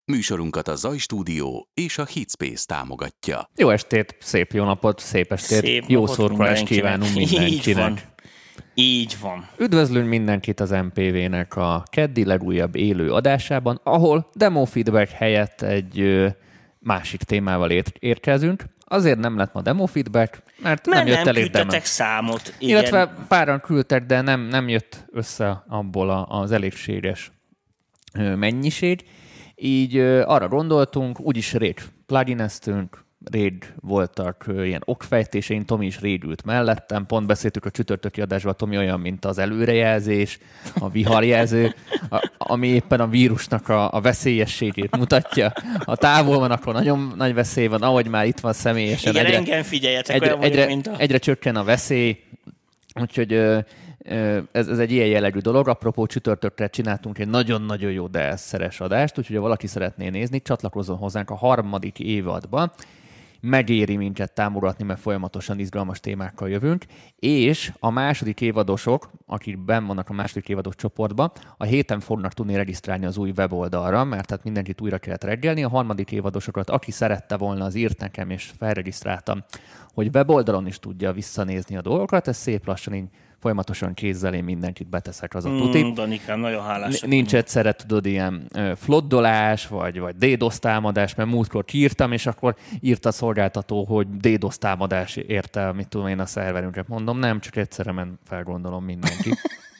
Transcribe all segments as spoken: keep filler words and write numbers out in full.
Műsorunkat a Zaj Stúdió és a Hitspace támogatja. Jó estét, szép jó napot, szép estét, szép jó napot szurkolást kívánunk mindenkinek. Így van. Így van. Üdvözlünk mindenkit az em pé vé-nek a keddi legújabb élő adásában, ahol demo feedback helyett egy ö, másik témával ér- érkezünk. Azért nem lett ma demo feedback, mert, mert nem jött nem elég demo. küldtetek számot. Igen. Illetve páran küldtek, de nem, nem jött össze abból a, az elégséges ö, mennyiség. Így ö, arra gondoltunk, úgyis Rage plugineztünk, Rage voltak ö, ilyen okfejtésein, Tomi is Rage ült mellettem, pont beszéltük a csütörtöki adásban, Tomi olyan, mint az előrejelzés, a viharjelző, a, ami éppen a vírusnak a, a veszélyességét mutatja. Ha távol van, akkor nagyon nagy veszély van, ahogy már itt van személyesen. Igen, egyre, engem figyeljetek, egyre, olyan vagyok, egyre, mint a... egyre csökken a veszély, úgyhogy... Ö, Ez, ez egy ilyen jellegű dolog. Apropó, csütörtökre csináltunk egy nagyon-nagyon jó dé es-szeres adást, úgyhogy ha valaki szeretné nézni, csatlakozzon hozzánk a harmadik évadban. Megéri minket támogatni, mert folyamatosan izgalmas témákkal jövünk, és a második évadosok, akik benn vannak a második évados csoportban, a héten fognak tudni regisztrálni az új weboldalra, mert tehát mindenkit újra kellett reggelni. A harmadik évadosokat, aki szerette volna, az írt nekem, és felregisztráltam, hogy weboldalon is tudja visszanézni a dolgokat. Ez szép lassan így folyamatosan kézzel én mindenkit beteszek, az a tuti. Mm, Danikám, nagyon hálás. Nincs egyszerre, tudod, ilyen floddolás, vagy, vagy DDoS támadás, mert múltkor kiírtam, és akkor írt a szolgáltató, hogy DDoS támadás érte, mit tudom én, a szerverünket. Mondom, nem, csak egyszerre ment felgondolom mindenki.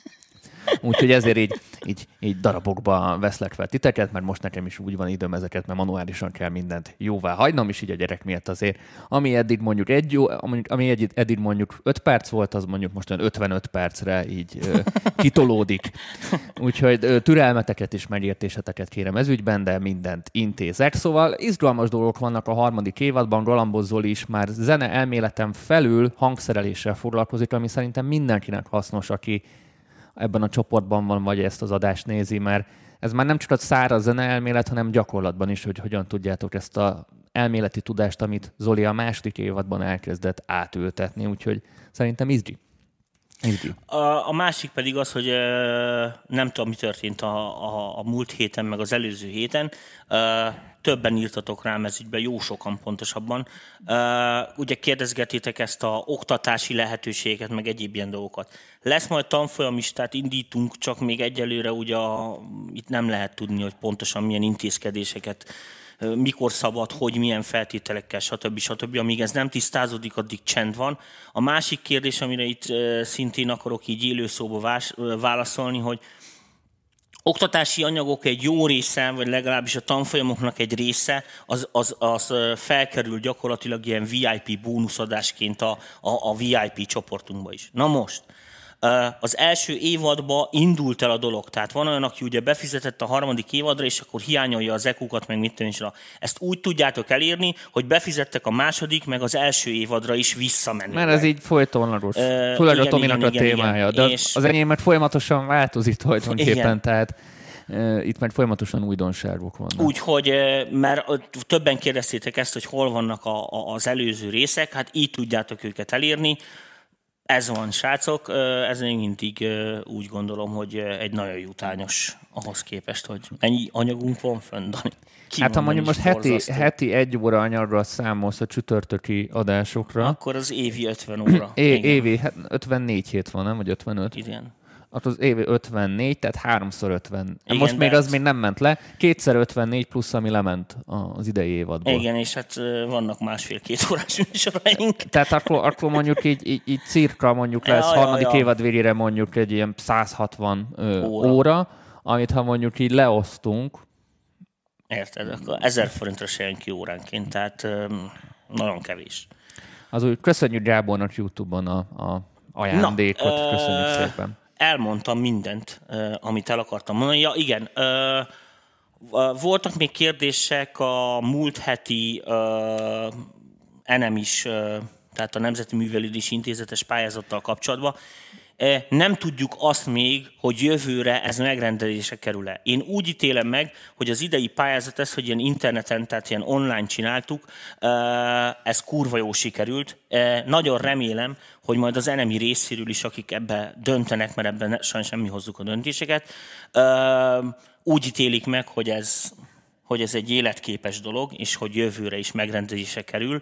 Úgyhogy ezért így, így, így darabokba veszlek fel titeket, mert most nekem is úgy van időm ezeket, mert manuálisan kell mindent jóvá hagynom, és így a gyerek miatt azért. Ami eddig mondjuk egy jó, ami eddig mondjuk öt perc volt, az mondjuk most ötvenöt percre így ö, kitolódik. Úgyhogy ö, türelmeteket és megértéseteket kérem ez ügyben, de mindent intézek. Szóval izgalmas dolgok vannak a harmadik évadban. Galambos Zoli is már zene elméleten felül hangszereléssel foglalkozik, ami szerintem mindenkinek hasznos, aki ebben a csoportban van, vagy ezt az adást nézi, mert ez már nem csak a száraz zene elmélet, hanem gyakorlatban is, hogy hogyan tudjátok ezt az elméleti tudást, amit Zoli a második évadban elkezdett átültetni, úgyhogy szerintem izgi. izgi. A, a másik pedig az, hogy uh, nem tudom, mi történt a, a, a múlt héten, meg az előző héten. Uh, többen írtatok rám ez ügyben, jó sokan pontosabban. Uh, ugye kérdezgetitek ezt a oktatási lehetőséget, meg egyéb ilyen dolgokat. Lesz majd tanfolyam is, tehát indítunk, csak még egyelőre ugye a, itt nem lehet tudni, hogy pontosan milyen intézkedéseket, uh, mikor szabad, hogy milyen feltételekkel, stb. stb. Amíg ez nem tisztázódik, addig csend van. A másik kérdés, amire itt uh, szintén akarok így élőszóba vás, uh, válaszolni, hogy oktatási anyagok egy jó része, vagy legalábbis a tanfolyamoknak egy része, az, az, az felkerül gyakorlatilag ilyen vé i pé bónuszadásként a, a, a vé i pé csoportunkba is. Na most, az első évadban indult el a dolog, tehát van olyan, aki ugye befizetett a harmadik évadra, és akkor hiányolja az é kú-kat, meg mit tudom. Ezt úgy tudjátok elérni, hogy befizettek a második, meg az első évadra is visszamenni. Mert ez így folytonlagos. Uh, Főleg a Tominak a témája. Igen. De és az enyémet folyamatosan változik tulajdonképpen, tehát uh, itt már folyamatosan újdonságok vannak. Úgyhogy, mert többen kérdeztétek ezt, hogy hol vannak a, a, az előző részek, hát így tudjátok őket elérni. Ez van, srácok, ez még mindig úgy gondolom, hogy egy nagyon jutányos ahhoz képest, hogy ennyi anyagunk van fönn, Dani. Hát ha mondjuk most heti, heti egy óra anyaggal számolsz a csütörtöki adásokra. Akkor az évi ötven óra. É, évi, hát ötvennégy hét van, nem? Vagy ötvenöt? Igen. Akkor az évi ötvennégy, tehát háromszor ötven. Igen, most még hát... az még nem ment le. Kétszer ötvennégy plusz, ami lement az idei évadból. Igen, és hát vannak másfél-két órás műsoraink. Tehát akkor, akkor mondjuk így, így, így cirka mondjuk lesz ja, harmadik ja, ja. évad végére mondjuk egy ilyen száz hatvan óra. óra, amit ha mondjuk így leosztunk. Érted, akkor ezer forintra se jön ki óránként, tehát um, nagyon kevés. Az úgy köszönjük Gábornak YouTube-on a, a ajándékot, Na, köszönjük uh... szépen. Elmondtam mindent, amit el akartam mondani. Ja, igen. Voltak még kérdések a múlt heti en em is, tehát a Nemzeti Művelődési Intézetes pályázattal kapcsolatban. Nem tudjuk azt még, hogy jövőre ez megrendelésre kerül-e. Én úgy ítélem meg, hogy az idei pályázat ez, hogy ilyen interneten, tehát ilyen online csináltuk, ez kurva jó sikerült. Nagyon remélem, hogy majd az en em i részéről is, akik ebbe döntenek, mert ebben sajnos nem mi hozzuk a döntéseket, úgy ítélik meg, hogy ez, hogy ez egy életképes dolog, és hogy jövőre is megrendezésre kerül.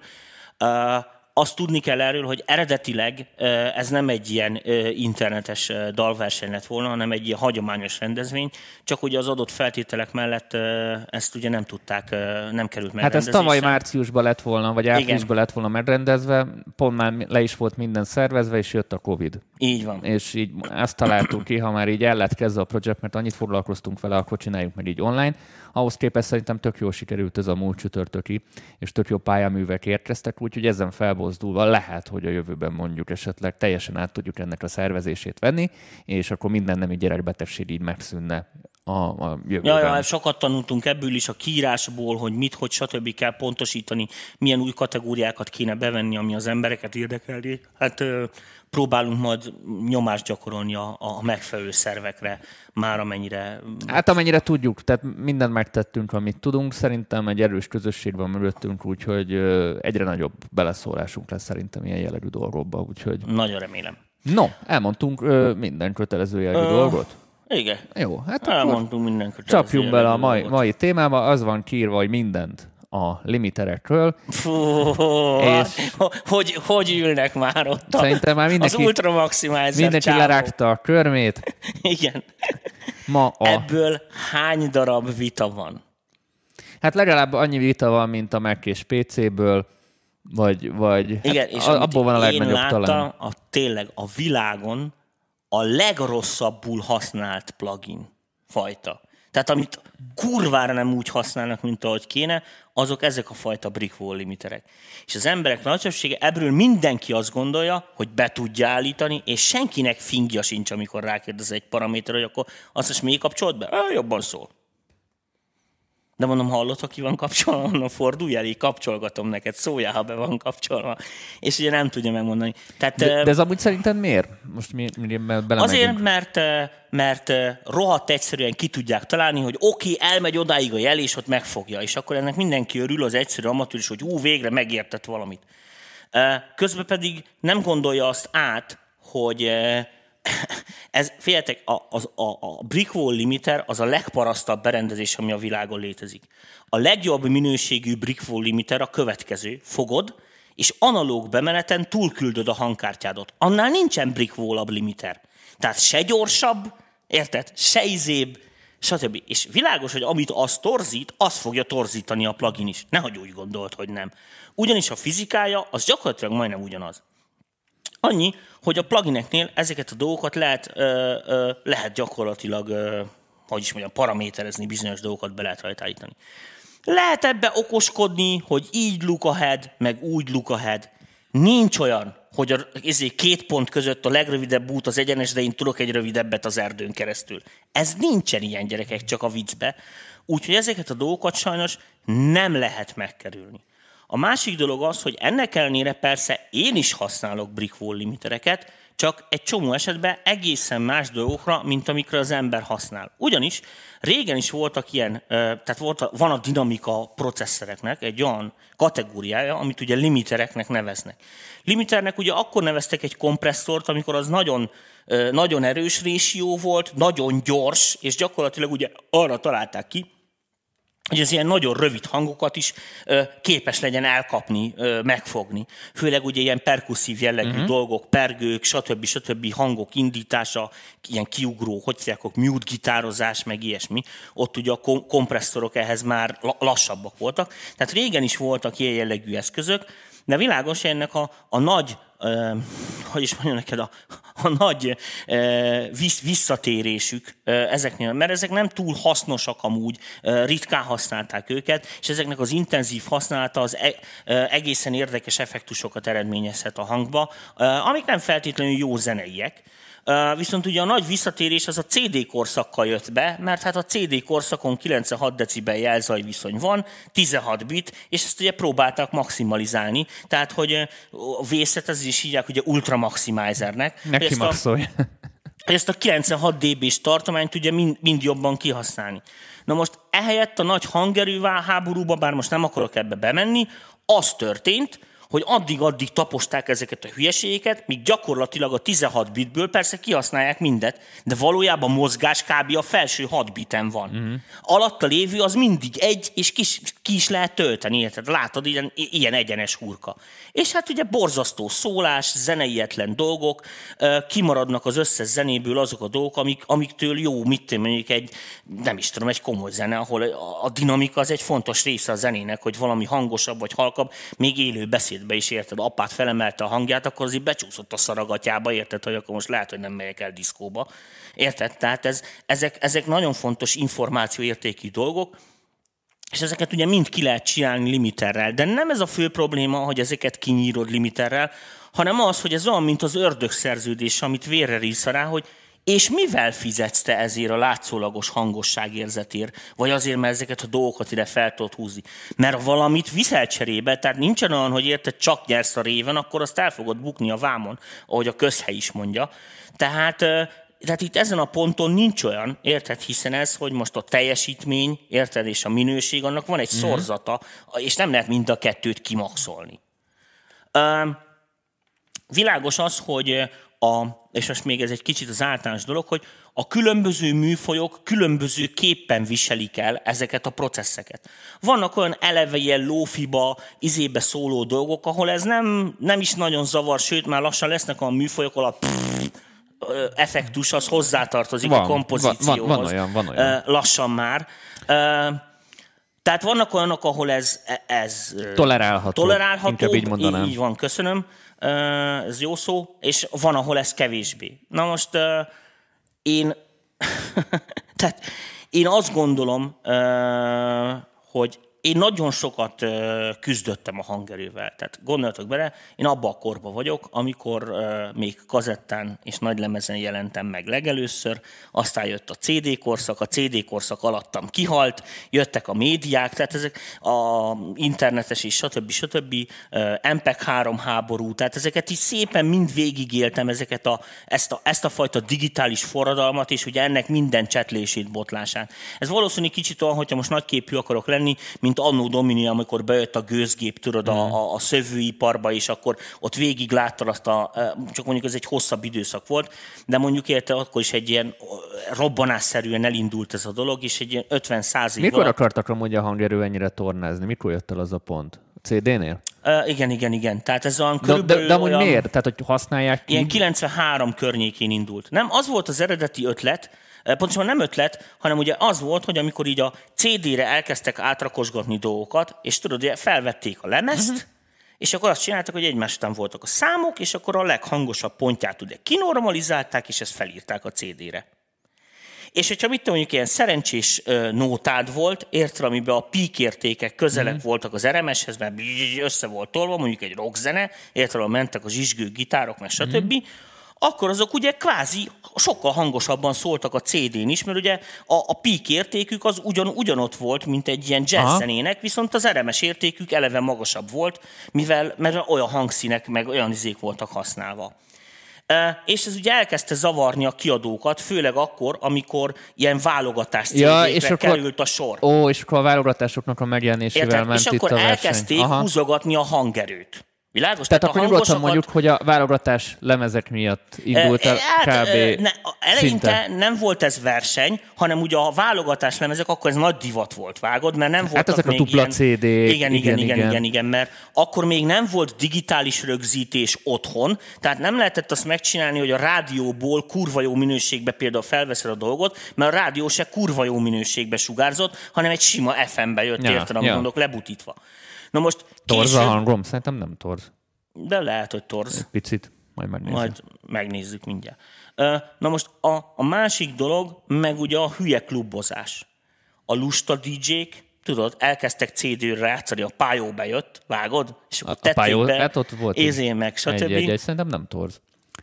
Azt tudni kell erről, hogy eredetileg ez nem egy ilyen internetes dalverseny lett volna, hanem egy ilyen hagyományos rendezvény, csak ugye az adott feltételek mellett ezt ugye nem tudták, nem került megrendezésre. Hát ez tavaly márciusban lett volna, vagy áprilisban lett volna megrendezve, pont már le is volt minden szervezve, és jött a Covid. Így van. És így ezt találtuk ki, ha már így el lett kezdve a projekt, mert annyit foglalkoztunk vele, akkor csináljuk meg így online. Ahhoz képest szerintem tök jól sikerült ez a múlt csütörtöki, és tök jó pályaművek érkeztek, úgyhogy ezen felbozdulva lehet, hogy a jövőben mondjuk esetleg teljesen át tudjuk ennek a szervezését venni, és akkor minden nemi gyerekbetegség így megszűnne a, a jövőben. Ja, ja, sokat tanultunk ebből is, a kiírásból, hogy mit, hogy stb. Kell pontosítani, milyen új kategóriákat kéne bevenni, ami az embereket érdekelni. Hát próbálunk majd nyomást gyakorolni a, a megfelelő szervekre, már amennyire... Hát amennyire tudjuk, tehát mindent megtettünk, amit tudunk. Szerintem egy erős közösség van mögöttünk, úgyhogy egyre nagyobb beleszólásunk lesz szerintem ilyen jellegű dolgokba. Úgyhogy... Nagyon remélem. No, elmondtunk minden kötelező jellegű uh, dolgot. Igen. Jó, hát elmondtunk minden kötelező csapjunk bele a mai, mai témába. Az van kiírva, hogy mindent a limiterekről. Fú, és hogy, hogy ülnek már ott a, szerintem már mindenki, az Ultra Maximizer mindenki csávó. lerágta a körmét. Igen. Ma a... Ebből hány darab vita van? Hát legalább annyi vita van, mint a Mac és pé céből, vagy, vagy igen, hát és abból van a legnagyobb én láttam, talán. A, tényleg a világon a legrosszabbul használt plugin fajta. Tehát amit kurvára nem úgy használnak, mint ahogy kéne, azok ezek a fajta brickwall limiterek. És az emberek nagy többsége, ebből mindenki azt gondolja, hogy be tudja állítani, és senkinek fingja sincs, amikor rákérdez egy paraméterre, hogy akkor azt most még kapcsolt be? Ö, jobban szól. De mondom, hallod, ha ki van kapcsolva, mondom, fordulj elé, kapcsolgatom neked, szóljál, ha be van kapcsolva. És ugye nem tudja megmondani. Tehát, de, de ez amúgy szerinted miért? Most mi, mi belemegyünk. Azért, mert, mert rohadt egyszerűen ki tudják találni, hogy oké, okay, elmegy odáig a jel, és ott megfogja. És akkor ennek mindenki örül, az egyszerű amatőr is, hogy ú, végre megértett valamit. Közben pedig nem gondolja azt át, hogy... Ez, figyeljetek, a, a, a brickwall limiter az a legparasztabb berendezés, ami a világon létezik. A legjobb minőségű brickwall limiter a következő. Fogod, és analóg bemeneten túlküldöd a hangkártyádot. Annál nincsen brickwall-abb limiter. Tehát se gyorsabb, érted? Se izébb, stb. És világos, hogy amit az torzít, az fogja torzítani a plugin is. Nehogy úgy gondolt, hogy nem. Ugyanis a fizikája az gyakorlatilag majdnem ugyanaz. Annyi, hogy a plugineknél ezeket a dolgokat lehet, ö, ö, lehet gyakorlatilag, ö, hogy is mondjam, paraméterezni, bizonyos dolgokat be lehet rajta állítani. Lehet ebbe okoskodni, hogy így look ahead, meg úgy look ahead. Nincs olyan, hogy a ezért két pont között a legrövidebb út az egyenes, de én tudok egy rövidebbet az erdőn keresztül. Ez nincsen ilyen, gyerekek, csak a viccbe. Úgyhogy ezeket a dolgokat sajnos nem lehet megkerülni. A másik dolog az, hogy ennek ellenére persze én is használok brickwall limitereket, csak egy csomó esetben egészen más dolgokra, mint amikre az ember használ. Ugyanis régen is voltak ilyen, tehát volt a, van a dinamika processzoreknek egy olyan kategóriája, amit ugye limitereknek neveznek. Limiternek ugye akkor neveztek egy kompresszort, amikor az nagyon, nagyon erős résió volt, nagyon gyors, és gyakorlatilag ugye arra találták ki, hogy az ilyen nagyon rövid hangokat is ö, képes legyen elkapni, ö, megfogni. Főleg ugye ilyen perkusszív jellegű uh-huh. dolgok, pergők, stb. stb. Hangok indítása, ilyen kiugró, hogy mondják, mute gitározás, meg ilyesmi. Ott ugye a kom- kompresszorok ehhez már lassabbak voltak. Tehát régen is voltak ilyen jellegű eszközök, de világos, hogy ennek a, a nagy, uh, hogy is mondjam neked, a, a nagy uh, vissz, visszatérésük uh, ezeknél, mert ezek nem túl hasznosak amúgy, uh, ritkán használták őket, és ezeknek az intenzív használata az e, uh, egészen érdekes effektusokat eredményezhet a hangba, uh, amik nem feltétlenül jó zeneiek. Uh, viszont ugye a nagy visszatérés az a cé dé korszakkal jött be, mert hát a cé dé korszakon kilencvenhat decibel jelzajviszony van, tizenhat bit, és ezt ugye próbáltak maximalizálni, tehát hogy a vészet ez is hívják ugye Ultra Maximizernek. Neki maxolj. Hogy ezt a kilencvenhat dB-s tartományt ugye mind, mind jobban kihasználni. Na most ehelyett a nagy hangerő háborúba, bár most nem akarok ebbe bemenni, az történt, hogy addig-addig taposták ezeket a hülyeségeket, míg gyakorlatilag a tizenhat bitből persze kihasználják mindet, de valójában mozgás kb. A felső hat biten van. Uh-huh. Alatta lévő az mindig egy, és ki, ki is lehet tölteni, érted? Látod, ilyen, ilyen egyenes hurka. És hát ugye borzasztó szólás, zeneietlen dolgok, kimaradnak az összes zenéből azok a dolgok, amik, amiktől jó, mit mondjuk egy, nem is tudom, egy komoly zene, ahol a dinamika az egy fontos része a zenének, hogy valami hangosabb vagy halkabb, még élő beszédbe is, érted, apát felemelte a hangját, akkor azért becsúszott a szaragatyába, érted, hogy akkor most lehet, hogy nem megyek el diszkóba. Érted? Tehát ez, ezek, ezek nagyon fontos információértékű dolgok, és ezeket ugye mind ki lehet csinálni limiterrel. De nem ez a fő probléma, hogy ezeket kinyírod limiterrel, hanem az, hogy ez olyan, mint az ördögszerződés, amit vérre rísz rá, hogy és mivel fizetsz te ezért a látszólagos hangosságérzetért, vagy azért, mert ezeket a dolgokat ide fel tudod húzni. Mert valamit viszel cserébe, tehát nincsen olyan, hogy érted, csak nyersz a réven, akkor azt el fogod bukni a vámon, ahogy a közhely is mondja. Tehát, tehát itt ezen a ponton nincs olyan, érted, hiszen ez, hogy most a teljesítmény, érted, és a minőség, annak van egy mm-hmm. szorzata, és nem lehet mind a kettőt kimaxolni. Világos az, hogy a, és most még ez egy kicsit az általános dolog, hogy a különböző műfajok különbözőképpen viselik el ezeket a processzeket. Vannak olyan eleve ilyen lófiba, izébe szóló dolgok, ahol ez nem, nem is nagyon zavar, sőt már lassan lesznek a műfajok, ahol a pff, effektus az hozzátartozik van, a kompozícióhoz. Van, van olyan, van olyan. Lassan már. Tehát vannak olyanok, ahol ez, ez tolerálható. tolerálható. Inkább így mondanám. Így van, köszönöm. Ez jó szó, és van, ahol ez kevésbé. Na most én, tehát én azt gondolom, hogy én nagyon sokat küzdöttem a hangerővel. Tehát gondoljatok bele, én abban a korban vagyok, amikor még kazettán és nagylemezen jelentem meg legelőször, aztán jött a cé dé korszak, a cé dé korszak alattam kihalt, jöttek a médiák, tehát ezek a internetes és stb. stb. em pé három háború, tehát ezeket így szépen mind végigéltem, ezeket a, ezt, a, ezt a fajta digitális forradalmat, és ugye ennek minden csetlését, botlását. Ez valószínűleg kicsit olyan, hogyha most nagyképű akarok lenni, mint annó Domini, amikor bejött a gőzgép, tudod, a, a, a szövőiparba, és akkor ott végig láttad azt a, csak mondjuk ez egy hosszabb időszak volt, de mondjuk érte, akkor is egy ilyen robbanásszerűen elindult ez a dolog, és egy ilyen ötven száz év Mikor alatt... akartak amúgy a hangerő ennyire tornázni? Mikor jött el az a pont? A cé dé-nél? Uh, igen, igen, igen. Tehát ez olyan de, de, de amúgy olyan, miért? Tehát, hogy használják ki? Ilyen kilencvenhárom környékén indult. Nem, az volt az eredeti ötlet, pontosan nem ötlet, hanem ugye az volt, hogy amikor így a cé dére elkezdtek átrakosgatni dolgokat, és tudod, ugye felvették a lemezt, uh-huh. és akkor azt csináltak, hogy egymás után voltak a számok, és akkor a leghangosabb pontját ugye kinormalizálták, és ezt felírták a cé dére. És hogyha mit mondjuk ilyen szerencsés uh, nótád volt, érted, amiben a peak értékek közelek uh-huh. voltak az er em eshez, mert össze volt tolva, mondjuk egy rockzene, érted, ahol mentek a zsizsgő gitárok, meg stb., uh-huh. akkor azok ugye kvázi sokkal hangosabban szóltak a cé dén is, mert ugye a, a peak értékük az ugyan, ugyanott volt, mint egy ilyen jazz zenének, viszont az er em es értékük eleve magasabb volt, mivel mert olyan hangszínek, meg olyan izék voltak használva. E, és ez ugye elkezdte zavarni a kiadókat, főleg akkor, amikor ilyen válogatás cégekre ja, került a sor. Ó, és akkor a válogatásoknak a megjelenésével Érted? ment és itt akkor a verseny. elkezdték Aha. húzogatni a hangerőt. Világos? Tehát, Tehát akkor nyugodtan mondjuk, hogy a válogatás lemezek miatt indult el hát, kb. Ne, eleinte szinte. nem volt ez verseny, hanem ugye a válogatás lemezek akkor ez nagy divat volt, vágod, mert nem voltak hát ezek még a dupla ilyen... cé dé. Igen, igen, igen, igen, igen, mert akkor még nem volt digitális rögzítés otthon, tehát nem lehetett azt megcsinálni, hogy a rádióból kurva jó minőségbe például felveszed a dolgot, mert a rádió se kurva jó minőségbe sugárzott, hanem egy sima ef em-be jött, ja, érted, amit ja. mondok, lebutítva. Na most torz később... a hangom? Szerintem nem torz. De lehet, hogy torz. Egy picit, majd megnézzük. Majd megnézzük mindjárt. Na most a, a másik dolog, meg ugye a hülye klubozás. A lusta dé dzsék, tudod, elkezdtek cé dére játszani, a pályó bejött, vágod? És akkor a, a pályó, be, hát ott volt ézén meg, stb. Egy, egy, egy, szerintem nem torz.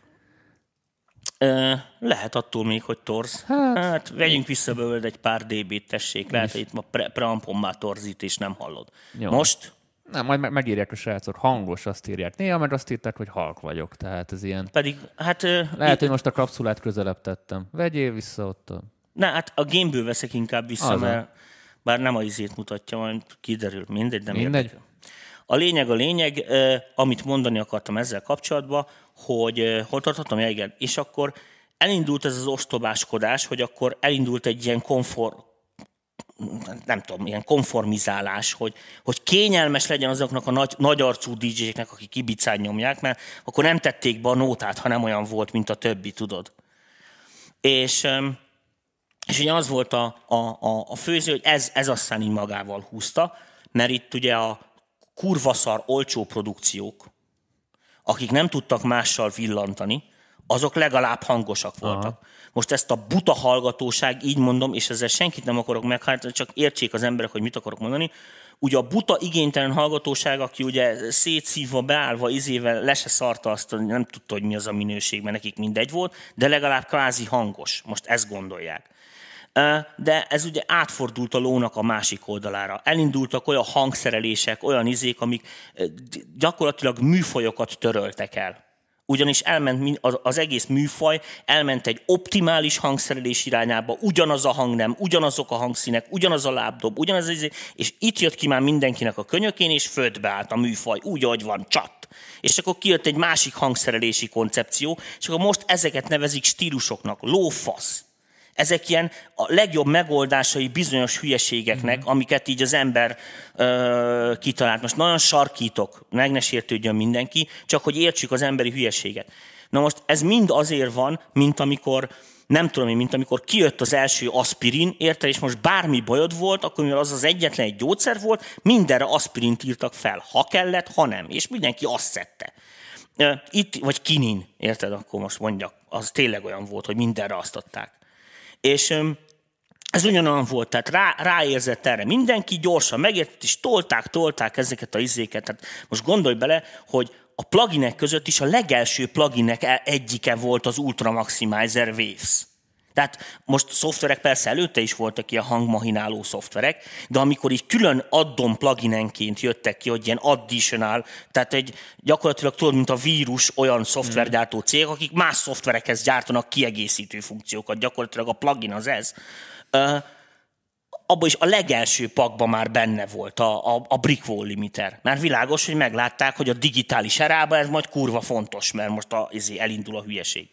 Lehet attól még, hogy torz. Hát, hát vegyünk vissza belőled egy pár dé bét, tessék. Lehet, hogy itt ma pre- preampon már torzít, és nem hallod. Jó. Most... Nem, majd megírják a srácok, hangos, azt írják. Néha meg azt írták, hogy halk vagyok, tehát ez ilyen... Pedig, hát... Lehet, hogy most a kapszulát közelebb tettem. Vegyél vissza ott a... Ne, hát a gameből veszek inkább vissza, Azon. mert bár nem a izét mutatja, majd kiderül, mindegy, nem Mindegy. érdekel. A lényeg a lényeg, amit mondani akartam ezzel kapcsolatban, hogy hol tartottam? Ja, igen. És akkor elindult ez az ostobáskodás, hogy akkor elindult egy ilyen konform, nem tudom, ilyen konformizálás, hogy, hogy kényelmes legyen azoknak a nagy, nagy arcú dé jéknek, akik ibicán nyomják, mert akkor nem tették be a nótát, ha nem olyan volt, mint a többi, tudod. És, és ugye az volt a, a, a, a főző, hogy ez, ez aztán így magával húzta, mert itt ugye a kurvaszar olcsó produkciók, akik nem tudtak mással villantani, azok legalább hangosak voltak. Aha. Most ezt a buta hallgatóság, így mondom, és ezzel senkit nem akarok meghárítani, csak értsék az emberek, hogy mit akarok mondani. Ugye a buta igénytelen hallgatóság, aki ugye szétszívva, beállva, izével le se szarta azt, nem tudta, hogy mi az a minőség, mert nekik mindegy volt, de legalább kvázi hangos. Most ezt gondolják. De ez ugye átfordult a lónak a másik oldalára. Elindultak olyan hangszerelések, olyan izék, amik gyakorlatilag műfajokat töröltek el. Ugyanis elment az egész műfaj, elment egy optimális hangszerelés irányába, ugyanaz a hangnem, ugyanazok a hangszínek, ugyanaz a lábdob, ugyanaz az, és itt jött ki már mindenkinek a könyökén, és földbe állt a műfaj, úgy, ahogy van, csat. És akkor kijött egy másik hangszerelési koncepció, és akkor most ezeket nevezik stílusoknak, lófasz. Ezek ilyen a legjobb megoldásai bizonyos hülyeségeknek, mm-hmm. amiket így az ember ö, kitalált. Most nagyon sarkítok, meg ne sértődjön mindenki, csak hogy értsük az emberi hülyeséget. Na most ez mind azért van, mint amikor, nem tudom én, mint amikor kijött az első aspirin, érted, és most bármi bajod volt, akkor mivel az az egyetlen egy gyógyszer volt, mindenre aspirint írtak fel, ha kellett, ha nem, és mindenki azt szedte. Itt, vagy kinin, érted, akkor most mondjak, az tényleg olyan volt, hogy mindenre azt adták. És ez ugyanolyan volt, tehát rá, ráérzett erre mindenki, gyorsan megértett, és tolták, tolták ezeket a izéket. Tehát most gondolj bele, hogy a pluginek között is a legelső pluginek egyike volt az Ultra Maximizer Waves. Tehát most szoftverek persze előtte is voltak ilyen hangmahináló szoftverek, de amikor így külön addon pluginenként jöttek ki, hogy ilyen additional, tehát egy gyakorlatilag tudod, mint a vírus olyan szoftvergyártó cégek, akik más szoftverekhez gyártanak kiegészítő funkciókat, gyakorlatilag a plugin az ez. Uh, abban is a legelső pakban már benne volt a, a, a Brickwall limiter. Már világos, hogy meglátták, hogy a digitális erában ez majd kurva fontos, mert most a, elindul a hülyeség.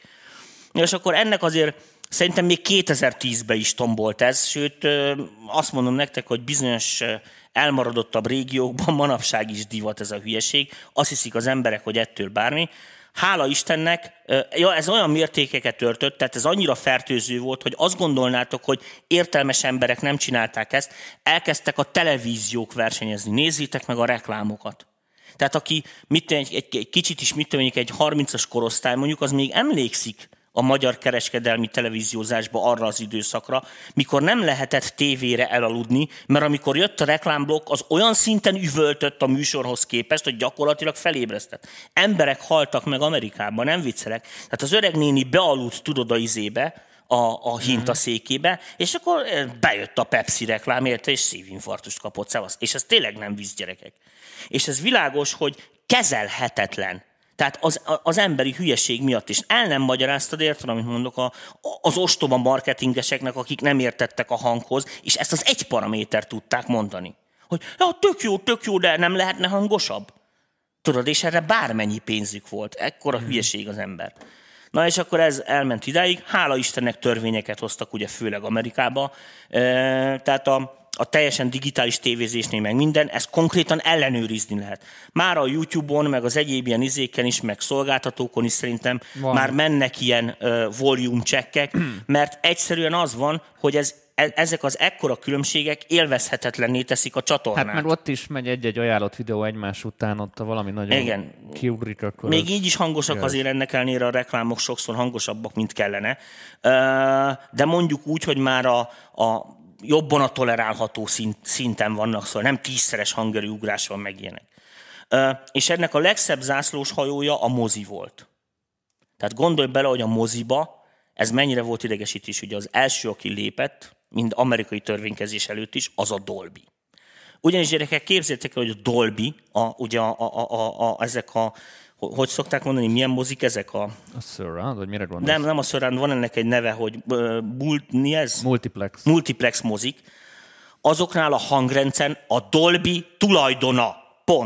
És akkor ennek azért szerintem még kétezer-tízben is tombolt ez, sőt azt mondom nektek, hogy bizonyos elmaradottabb régiókban manapság is divat ez a hülyeség. Azt hiszik az emberek, hogy ettől bármi. Hála Istennek, ja, ez olyan mértékeket törtött, tehát ez annyira fertőző volt, hogy azt gondolnátok, hogy értelmes emberek nem csinálták ezt, elkezdtek a televíziók versenyezni. Nézzétek meg a reklámokat. Tehát aki mit, egy, egy, egy kicsit is, mit mondjuk, egy harmincas korosztály mondjuk, az még emlékszik a magyar kereskedelmi televíziózásba arra az időszakra, mikor nem lehetett tévére elaludni, mert amikor jött a reklámblokk, az olyan szinten üvöltött a műsorhoz képest, hogy gyakorlatilag felébresztett. Emberek haltak meg Amerikában, nem viccelek. Tehát az öreg néni bealudt, tudod, a izébe, a, a hintaszékébe, és akkor bejött a Pepsi reklám, érte, és szívinfarktust kapott, szevasz. És ez tényleg nem vicc, gyerekek. És ez világos, hogy kezelhetetlen. Tehát az, az emberi hülyeség miatt is. El nem magyaráztad, érted, amit mondok, a, az ostoba marketingeseknek, akik nem értettek a hanghoz, és ezt az egy paramétert tudták mondani. Hogy ja, tök jó, tök jó, de nem lehetne hangosabb? Tudod, és erre bármennyi pénzük volt. Ekkora hülyeség az ember. Na és akkor ez elment idáig. Hála Istennek törvényeket hoztak, ugye főleg Amerikába. E, tehát a a teljesen digitális tévézésnél meg minden, ezt konkrétan ellenőrizni lehet. Már a YouTube-on, meg az egyéb ilyen izéken is, meg szolgáltatókon is szerintem van. Már mennek ilyen uh, volume checkek, mert egyszerűen az van, hogy ez, e, ezek az ekkora különbségek élvezhetetlenné teszik a csatornát. Hát mert ott is megy egy-egy ajánlott videó egymás után, ott valami nagyon igen. kiugrik. Akkor még így is hangosak jössz. Azért ennek ellenére a reklámok sokszor hangosabbak, mint kellene. Uh, de mondjuk úgy, hogy már a, a jobban a tolerálható szint, szinten vannak, szóval nem tízszeres hangerő ugrás van meg ilyenek. Uh, és ennek a legszebb zászlós hajója a mozi volt. Tehát gondolj bele, hogy a moziba ez mennyire volt idegesítés. Ugye az első, aki lépett, mind amerikai törvénykezés előtt is, az a Dolby. Ugyanis gyerekek, képzeljétek el, hogy a Dolby, a, ugye a, a, a, a, ezek a, hogy szokták mondani, milyen mozik ezek a... A surround, vagy mire gondolsz? Nem, nem a surround, van ennek egy neve, hogy uh, mult, mi ez? Multiplex. Multiplex mozik. Azoknál a hangrendszeren a Dolby tulajdona. Pont.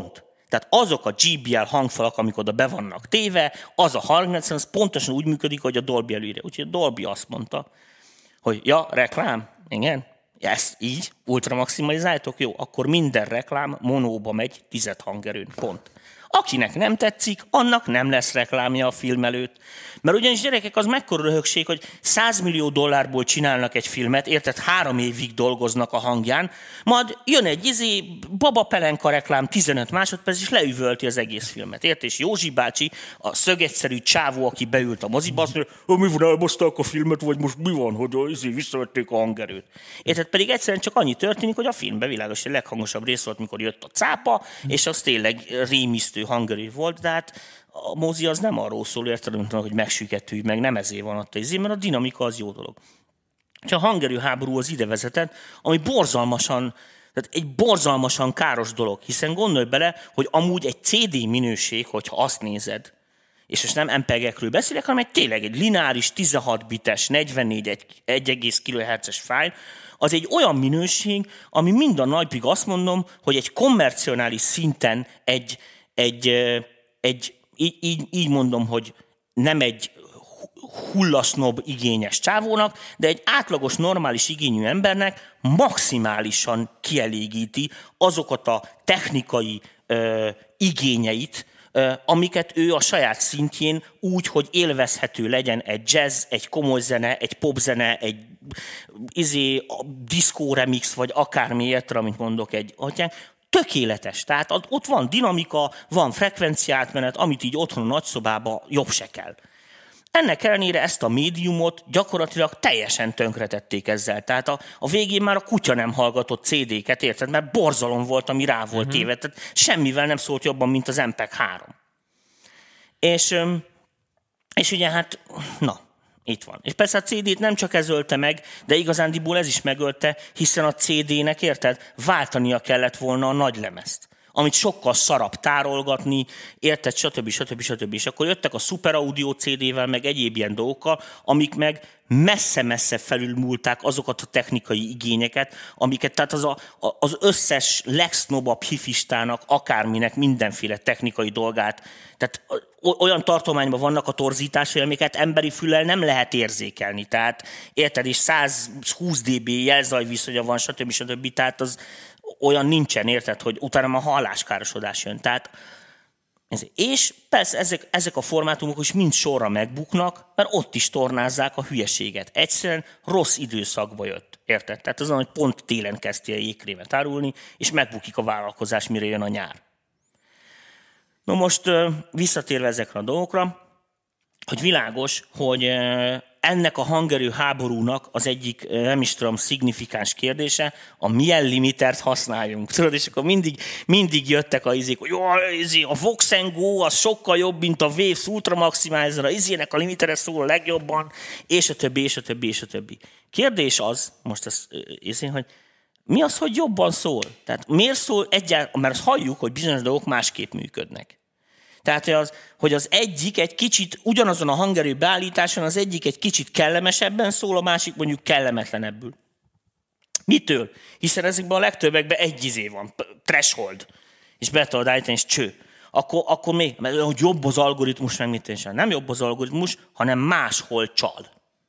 Tehát azok a gé bé el hangfalak, amik oda be vannak téve, az a hangrendszer, az pontosan úgy működik, hogy a Dolby előírja. Úgyhogy a Dolby azt mondta, hogy ja, reklám, igen, ezt így, ultra maximalizáltok, jó, akkor minden reklám monóba megy tized hangerőn, pont. Akinek nem tetszik, annak nem lesz reklámja a film előtt. Mert ugyanis gyerekek, az mekkora röhögség, hogy száz millió dollárból csinálnak egy filmet, érted, három évig dolgoznak a hangján, majd jön egy izé, Baba Pelenka reklám tizenöt másodperc, és leüvölti az egész filmet. Érted? És Józsi bácsi, a szögegyszerű csávó, aki beült a moziba, azt mondja, mi van, elbaszták a filmet, vagy most mi van, hogy izé, visszavették a hangerőt. Érted? Pedig egyszerűen csak annyi történik, hogy a filmben világos, a leghangosabb rész volt, mikor jött a cápa, és az tényleg rémisztő hangerő volt, de hát a mozi az nem arról szól, érted, hogy megsüketülj meg, nem ezért van ott izé, mert a dinamika az jó dolog. A hangerő háború az ide vezetett, ami borzalmasan, tehát egy borzalmasan káros dolog, hiszen gondolj bele, hogy amúgy egy cé dé minőség, hogyha azt nézed, és most nem em pé gé-ekről beszélek, hanem egy tényleg egy lineáris tizenhat bites, negyvennégy egy egész kilohertzes fájl, az egy olyan minőség, ami mind a napig azt mondom, hogy egy kommercionális szinten egy, egy, egy így, így, így mondom, hogy nem egy hullasznob igényes csávónak, de egy átlagos, normális igényű embernek maximálisan kielégíti azokat a technikai ö, igényeit, ö, amiket ő a saját szintjén úgy, hogy élvezhető legyen egy jazz, egy komoly zene, egy popzene, egy izé, diszkó remix, vagy akármi értre, amit mondok, egy atyán, tökéletes. Tehát ott van dinamika, van frekvenciátmenet, amit így otthon a nagyszobában jobb se kell. Ennek ellenére ezt a médiumot gyakorlatilag teljesen tönkretették ezzel. Tehát a, a végén már a kutya nem hallgatott cé dé-ket, érted? Mert borzalom volt, ami rá volt uh-huh. téve. Tehát semmivel nem szólt jobban, mint az em pé gé három. És, és ugye hát, na, itt van. És persze a cé dét nem csak ez ölte meg, de igazándiból ez is megölte, hiszen a cé dé-nek, érted, váltania kellett volna a nagylemezt, amit sokkal szarabb tárolgatni, érted, stb. stb. stb. És akkor jöttek a Super Audio cé dé-vel, meg egyéb ilyen dolgokkal, amik meg messze-messze felülmúlták azokat a technikai igényeket, amiket, tehát az, a, az összes legsznobabb hifistának, akárminek mindenféle technikai dolgát, tehát olyan tartományban vannak a torzításai, amiket emberi füllel nem lehet érzékelni. Tehát érted, és száz húsz dB jelzajviszonya van, stb. stb. Tehát az olyan nincsen, érted, hogy utána a halláskárosodás jön. Tehát, és persze ezek, ezek a formátumok is mind sorra megbuknak, mert ott is tornázzák a hülyeséget. Egyszerűen rossz időszakba jött, érted? Tehát azon, hogy pont télen kezdtél jégkrémet árulni, és megbukik a vállalkozás, mire jön a nyár. No most visszatérve ezekre a dolgokra, hogy világos, hogy ennek a hangerő háborúnak az egyik, nem is tudom, szignifikáns kérdése, a milyen limitert használjunk. Tudod, és akkor mindig, mindig jöttek a izék, hogy jó, a Vox and Go az sokkal jobb, mint a Waves Ultra Maximizer, a izének a limitere szól a legjobban, és a többi, és a többi, és a többi. Kérdés az, most ez izé, hogy mi az, hogy jobban szól? Tehát miért szól egyáltalán, mert azt halljuk, hogy bizonyos dolgok másképp működnek. Tehát, hogy az, hogy az egyik egy kicsit, ugyanazon a hangerő beállításon az egyik egy kicsit kellemesebben szól, a másik mondjuk kellemetlenebbül. Mitől? Hiszen ezekben a legtöbbekben egy izé van, threshold, és be tudod állítani, és cső. Akkor, akkor még, mert hogy jobb az algoritmus, meg mit sem. Nem jobb az algoritmus, hanem máshol csal.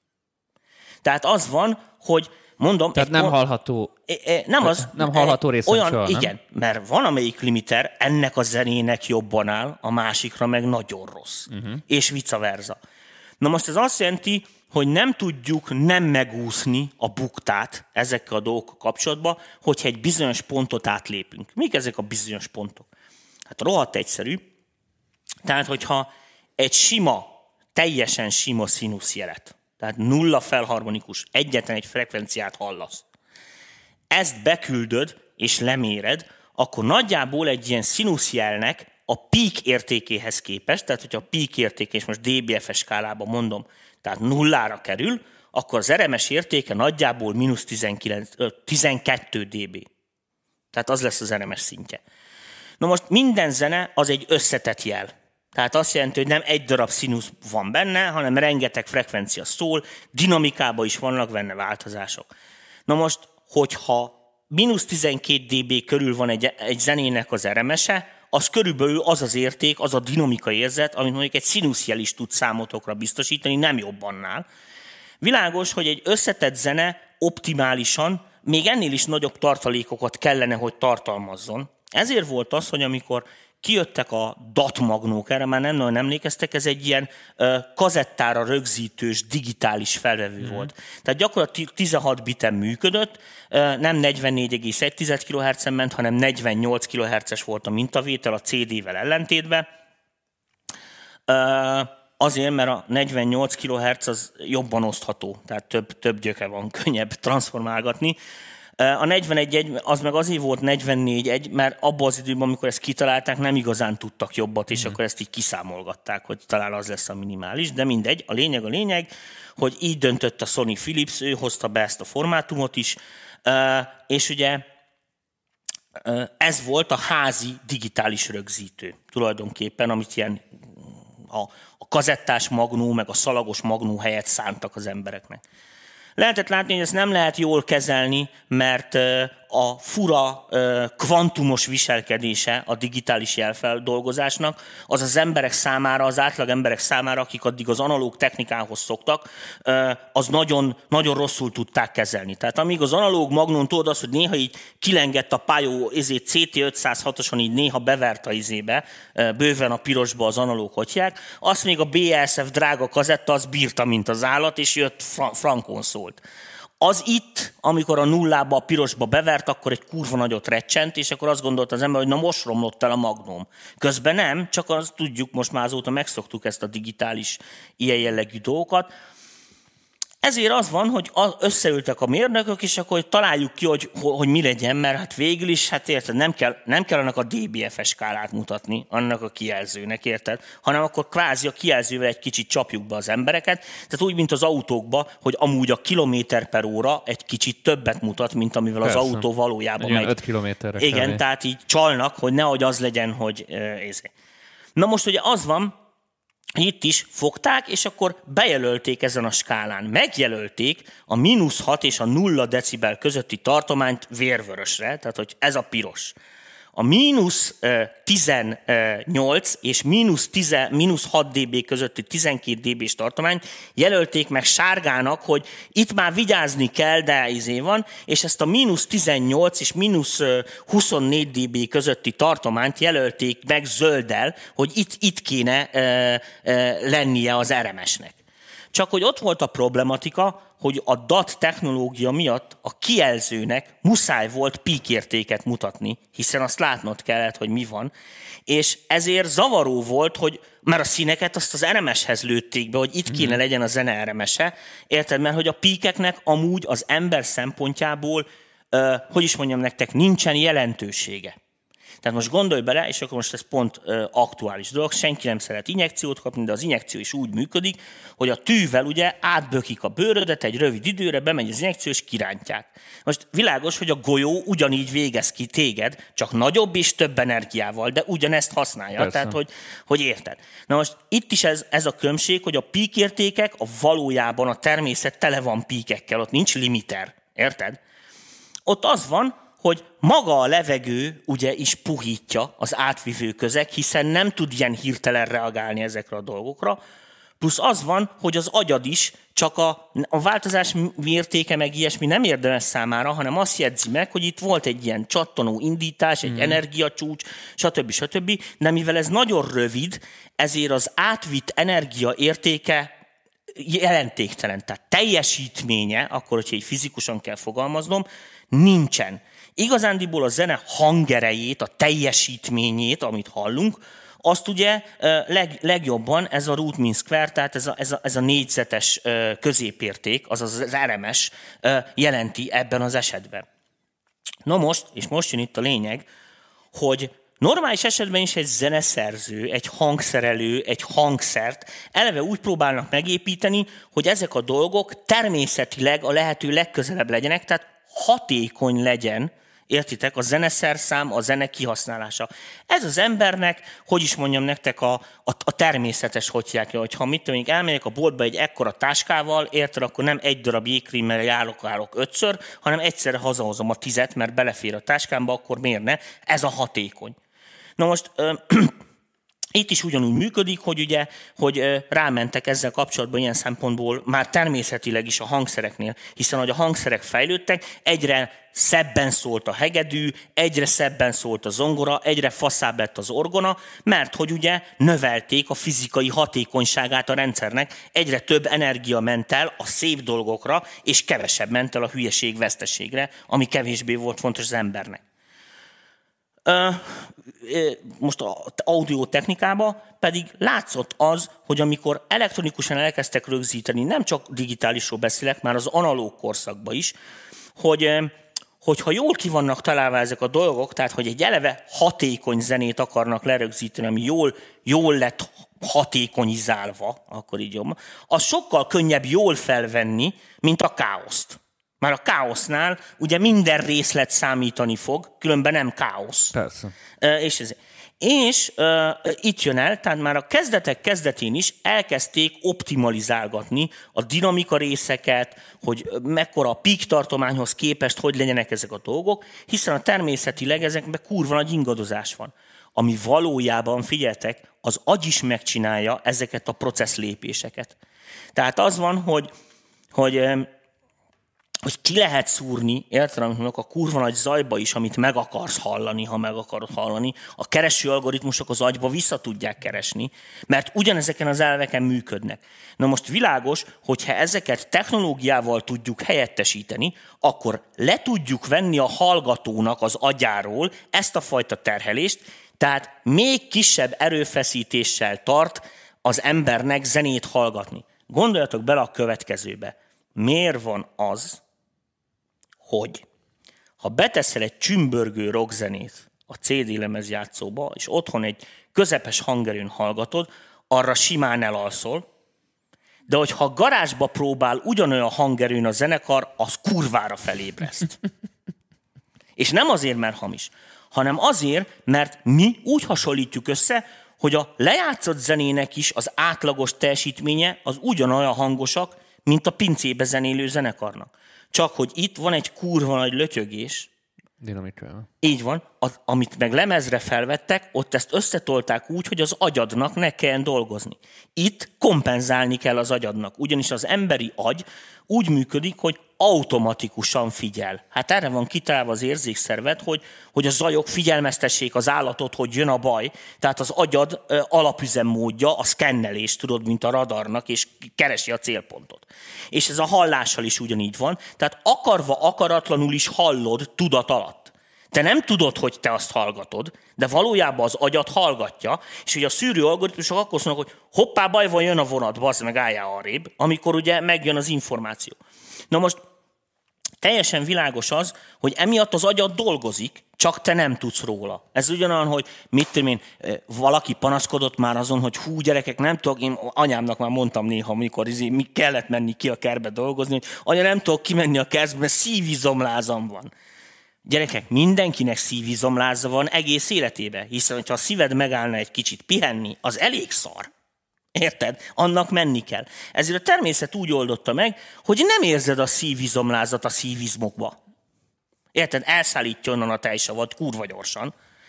Tehát az van, hogy mondom... Tehát nem pont, hallható... Nem az... Nem hallható részen olyan, csal, nem? Igen, mert van amelyik limiter ennek a zenének jobban áll, a másikra meg nagyon rossz. Uh-huh. És vice versa. Na most ez azt jelenti, hogy nem tudjuk nem megúszni a buktát ezekkel a dolgokkal kapcsolatban, hogyha egy bizonyos pontot átlépünk. Mik ezek a bizonyos pontok? Hát rohadt egyszerű. Tehát, hogyha egy sima, teljesen sima színuszjelet, tehát nulla felharmonikus, egyetlen egy frekvenciát hallasz, ezt beküldöd és leméred, akkor nagyjából egy ilyen színuszjelnek a peak értékéhez képest, tehát hogyha a peak értéke, és most dé bé ef-es skálában mondom, tehát nullára kerül, akkor az er em es értéke nagyjából mínusz tizenkettő dB. Tehát az lesz az er em es szintje. Na most minden zene az egy összetett jel. Tehát azt jelenti, hogy nem egy darab színusz van benne, hanem rengeteg frekvencia szól, dinamikában is vannak benne változások. Na most, hogyha mínusz tizenkét dB körül van egy, egy zenének az er em es-e, az körülbelül az az érték, az a dinamikai érzet, amit mondjuk egy színuszjel is tud számotokra biztosítani, nem jobb annál. Világos, hogy egy összetett zene optimálisan még ennél is nagyobb tartalékokat kellene, hogy tartalmazzon. Ezért volt az, hogy amikor kijöttek a dé á té magnók, erre már nem nagyon emlékeztek, ez egy ilyen uh, kazettára rögzítős, digitális felvevő mm. volt. Tehát gyakorlatilag tizenhat biten működött, uh, nem negyvennégy egész egy kilohertzen ment, hanem negyvennyolc kilohertzes volt a mintavétel a cé dé-vel ellentétben. Uh, azért, mert a negyvennyolc kilohertz az jobban osztható, tehát több, több gyöke van, könnyebb transformálgatni. A negyvenegy egy az meg azért volt negyvennégy egy, mert abban az időben, amikor ezt kitalálták, nem igazán tudtak jobbat, és mm. akkor ezt így kiszámolgatták, hogy talán az lesz a minimális, de mindegy. A lényeg a lényeg, hogy így döntött a Sony Philips, ő hozta be ezt a formátumot is, és ugye ez volt a házi digitális rögzítő tulajdonképpen, amit ilyen a, a kazettás magnó, meg a szalagos magnó helyett szántak az embereknek. Lehetett látni, hogy ezt nem lehet jól kezelni, mert a fura kvantumos viselkedése a digitális jelfeldolgozásnak, az az emberek számára, az átlag emberek számára, akik addig az analóg technikához szoktak, az nagyon, nagyon rosszul tudták kezelni. Tehát amíg az analóg magnón tudod azt, hogy néha így kilengett a pályó cé té ötszázhatoson, így néha bevert a izébe, bőven a pirosba az analóg hotyják, azt még a bé es ef drága kazetta, az bírta, mint az állat, és jött frankon szólt. Az itt, amikor a nullába, a pirosba bevert, akkor egy kurva nagyot recsent, és akkor azt gondolta az ember, hogy na most romlott el a magnóm. Közben nem, csak azt tudjuk, most már azóta megszoktuk ezt a digitális ilyen jellegű dolgokat. Ezért az van, hogy összeültek a mérnökök, és akkor hogy találjuk ki, hogy, hogy mi legyen, mert hát végül is, hát érted, nem kell, nem kell annak a dé bé ef-es skálát mutatni, annak a kijelzőnek, érted? Hanem akkor kvázi a kijelzővel egy kicsit csapjuk be az embereket, tehát úgy, mint az autókba, hogy amúgy a kilométer per óra egy kicsit többet mutat, mint amivel Persze. az autó valójában megy. öt kilométerre. Igen, kevés. Tehát így csalnak, hogy nehogy az legyen, hogy ez. Na most ugye az van, itt is fogták, és akkor bejelölték ezen a skálán. Megjelölték a mínusz hat és a nulla decibel közötti tartományt vérvörösre, tehát hogy ez a piros. A mínusz tizennyolc és mínusz hat dé bé közötti tizenkét dé bé-s tartományt jelölték meg sárgának, hogy itt már vigyázni kell, de izé van, és ezt a mínusz tizennyolc és mínusz huszonnégy dé bé közötti tartományt jelölték meg zölddel, hogy itt, itt kéne e, e, lennie az er em es-nek. Csak hogy ott volt a problematika, hogy a dé á té technológia miatt a kijelzőnek muszáj volt píkértéket mutatni, hiszen azt látnod kellett, hogy mi van, és ezért zavaró volt, hogy mert a színeket azt az er em es-hez lőtték be, hogy itt kéne legyen a zene er em es-e, érted? Mert hogy a píkeknek amúgy az ember szempontjából, uh, hogy is mondjam nektek, nincsen jelentősége. Tehát most gondolj bele, és akkor most ez pont uh, aktuális dolog, senki nem szeret injekciót kapni, de az injekció is úgy működik, hogy a tűvel ugye átbökik a bőrödet egy rövid időre, bemegy az injekció, és kirántják. Most világos, hogy a golyó ugyanígy végez ki téged, csak nagyobb és több energiával, de ugyanezt használja, Persze. tehát hogy, hogy érted. Na most itt is ez, ez a különbség, hogy a píkértékek a valójában a természet tele van píkekkel, ott nincs limiter, érted? Ott az van, hogy maga a levegő ugye is puhítja az átvivő közeg, hiszen nem tud ilyen hirtelen reagálni ezekre a dolgokra, plusz az van, hogy az agyad is csak a, a változás mértéke meg ilyesmi nem érdemes számára, hanem azt jegyzi meg, hogy itt volt egy ilyen csattanó indítás, egy mm. energiacsúcs, stb. stb. De mivel ez nagyon rövid, ezért az átvitt energia értéke jelentéktelen. Tehát teljesítménye, akkor, hogyha így fizikusan kell fogalmaznom, nincsen. Igazándiból a zene hangerejét, a teljesítményét, amit hallunk, azt ugye leg, legjobban ez a root mean square, tehát ez a, ez a, ez a négyzetes középérték, azaz az er em es jelenti ebben az esetben. Na most, és most jön itt a lényeg, hogy normális esetben is egy zeneszerző, egy hangszerelő, egy hangszert eleve úgy próbálnak megépíteni, hogy ezek a dolgok természetileg a lehető legközelebb legyenek, tehát hatékony legyen, értitek, a zeneszerszám, a zene kihasználása. Ez az embernek, hogy is mondjam nektek, a, a, a természetes hotyákja, hogy ha mit tudom, elmegyek a boltba egy ekkora táskával, érted, akkor nem egy darab jégkrémmel járok, járok ötször, hanem egyszerre hazahozom a tizet, mert belefér a táskámba, akkor miért ne? Ez a hatékony. Na most ö, itt is ugyanúgy működik, hogy ugye, hogy ö, rámentek ezzel kapcsolatban ilyen szempontból már természetileg is a hangszereknél, hiszen hogy a hangszerek fejlődtek, egyre szebben szólt a hegedű, egyre szebben szólt a zongora, egyre faszább lett az orgona, mert hogy ugye növelték a fizikai hatékonyságát a rendszernek, egyre több energia ment el a szép dolgokra, és kevesebb ment el a hülyeség veszteségre, ami kevésbé volt fontos az embernek. Most az audiotechnikában pedig látszott az, hogy amikor elektronikusan elkezdtek rögzíteni, nem csak digitálisról beszélek, már az analóg korszakban is, hogy hogyha jól ki vannak találva ezek a dolgok, tehát hogy egy eleve hatékony zenét akarnak lerögzíteni, ami jól, jól lett hatékonyizálva, akkor így jobb, az sokkal könnyebb jól felvenni, mint a káoszt. Már a káosznál ugye minden részlet számítani fog, különben nem káosz. Persze. És ez, És uh, itt jön el, tehát már a kezdetek kezdetén is elkezdték optimalizálgatni a dinamika részeket, hogy mekkora a peak tartományhoz képest, hogy legyenek ezek a dolgok, hiszen a természetileg ezekben kurva nagy ingadozás van. Ami valójában, figyeltek, az agy is megcsinálja ezeket a processz lépéseket. Tehát az van, hogy, hogy, hogy ki lehet szúrni, érted, amit mondok, a kurva nagy zajba is, amit meg akarsz hallani, ha meg akarod hallani. A kereső algoritmusok az agyba vissza tudják keresni, mert ugyanezeken az elveken működnek. Na most világos, hogyha ezeket technológiával tudjuk helyettesíteni, akkor le tudjuk venni a hallgatónak az agyáról ezt a fajta terhelést, tehát még kisebb erőfeszítéssel tart az embernek zenét hallgatni. Gondoljatok bele a következőbe. Miért van az, hogy ha beteszel egy csümbörgő rockzenét a cé dé lemezjátszóba, és otthon egy közepes hangerőn hallgatod, arra simán elalszol, de hogyha a garázsba próbál ugyanolyan hangerőn a zenekar, az kurvára felébreszt. És nem azért, mert hamis, hanem azért, mert mi úgy hasonlítjuk össze, hogy a lejátszott zenének is az átlagos teljesítménye az ugyanolyan hangosak, mint a pincébe zenélő zenekarnak. Csak hogy itt van egy kurva nagy lötyögés. Dinamikával. Így van, az, amit meg lemezre felvettek, ott ezt összetolták úgy, hogy az agyadnak ne kelljen dolgozni. Itt kompenzálni kell az agyadnak, ugyanis az emberi agy úgy működik, hogy automatikusan figyel. Hát erre van kitalálva az érzékszervet, hogy, hogy a zajok figyelmeztessék az állatot, hogy jön a baj. Tehát az agyad ö, alapüzemmódja a szkennelés, tudod, mint a radarnak, és keresi a célpontot. És ez a hallással is ugyanígy van. Tehát akarva, akaratlanul is hallod tudat alatt. Te nem tudod, hogy te azt hallgatod, de valójában az agyat hallgatja, és hogy a szűrő algoritmusok akkor szólnak, hogy hoppá, baj van, jön a vonat, bazd meg, álljál arrébb, amikor ugye megjön az információ. Na most teljesen világos az, hogy emiatt az agyad dolgozik, csak te nem tudsz róla. Ez ugyanolyan, hogy mit tudom én, valaki panaszkodott már azon, hogy hú, gyerekek, nem tudok, én anyámnak már mondtam néha, amikor mi kellett menni ki a kertbe dolgozni, hogy anya, nem tudok kimenni a kertbe, mert szívizomlázam van. Gyerekek, mindenkinek szívizomláza van egész életében, hiszen ha a szíved megállna egy kicsit pihenni, az elég szar. Érted? Annak menni kell. Ezért a természet úgy oldotta meg, hogy nem érzed a szívizomlázat a szívizmokba. Érted? Elszállítja onnan a tejsavat kurva gyorsan.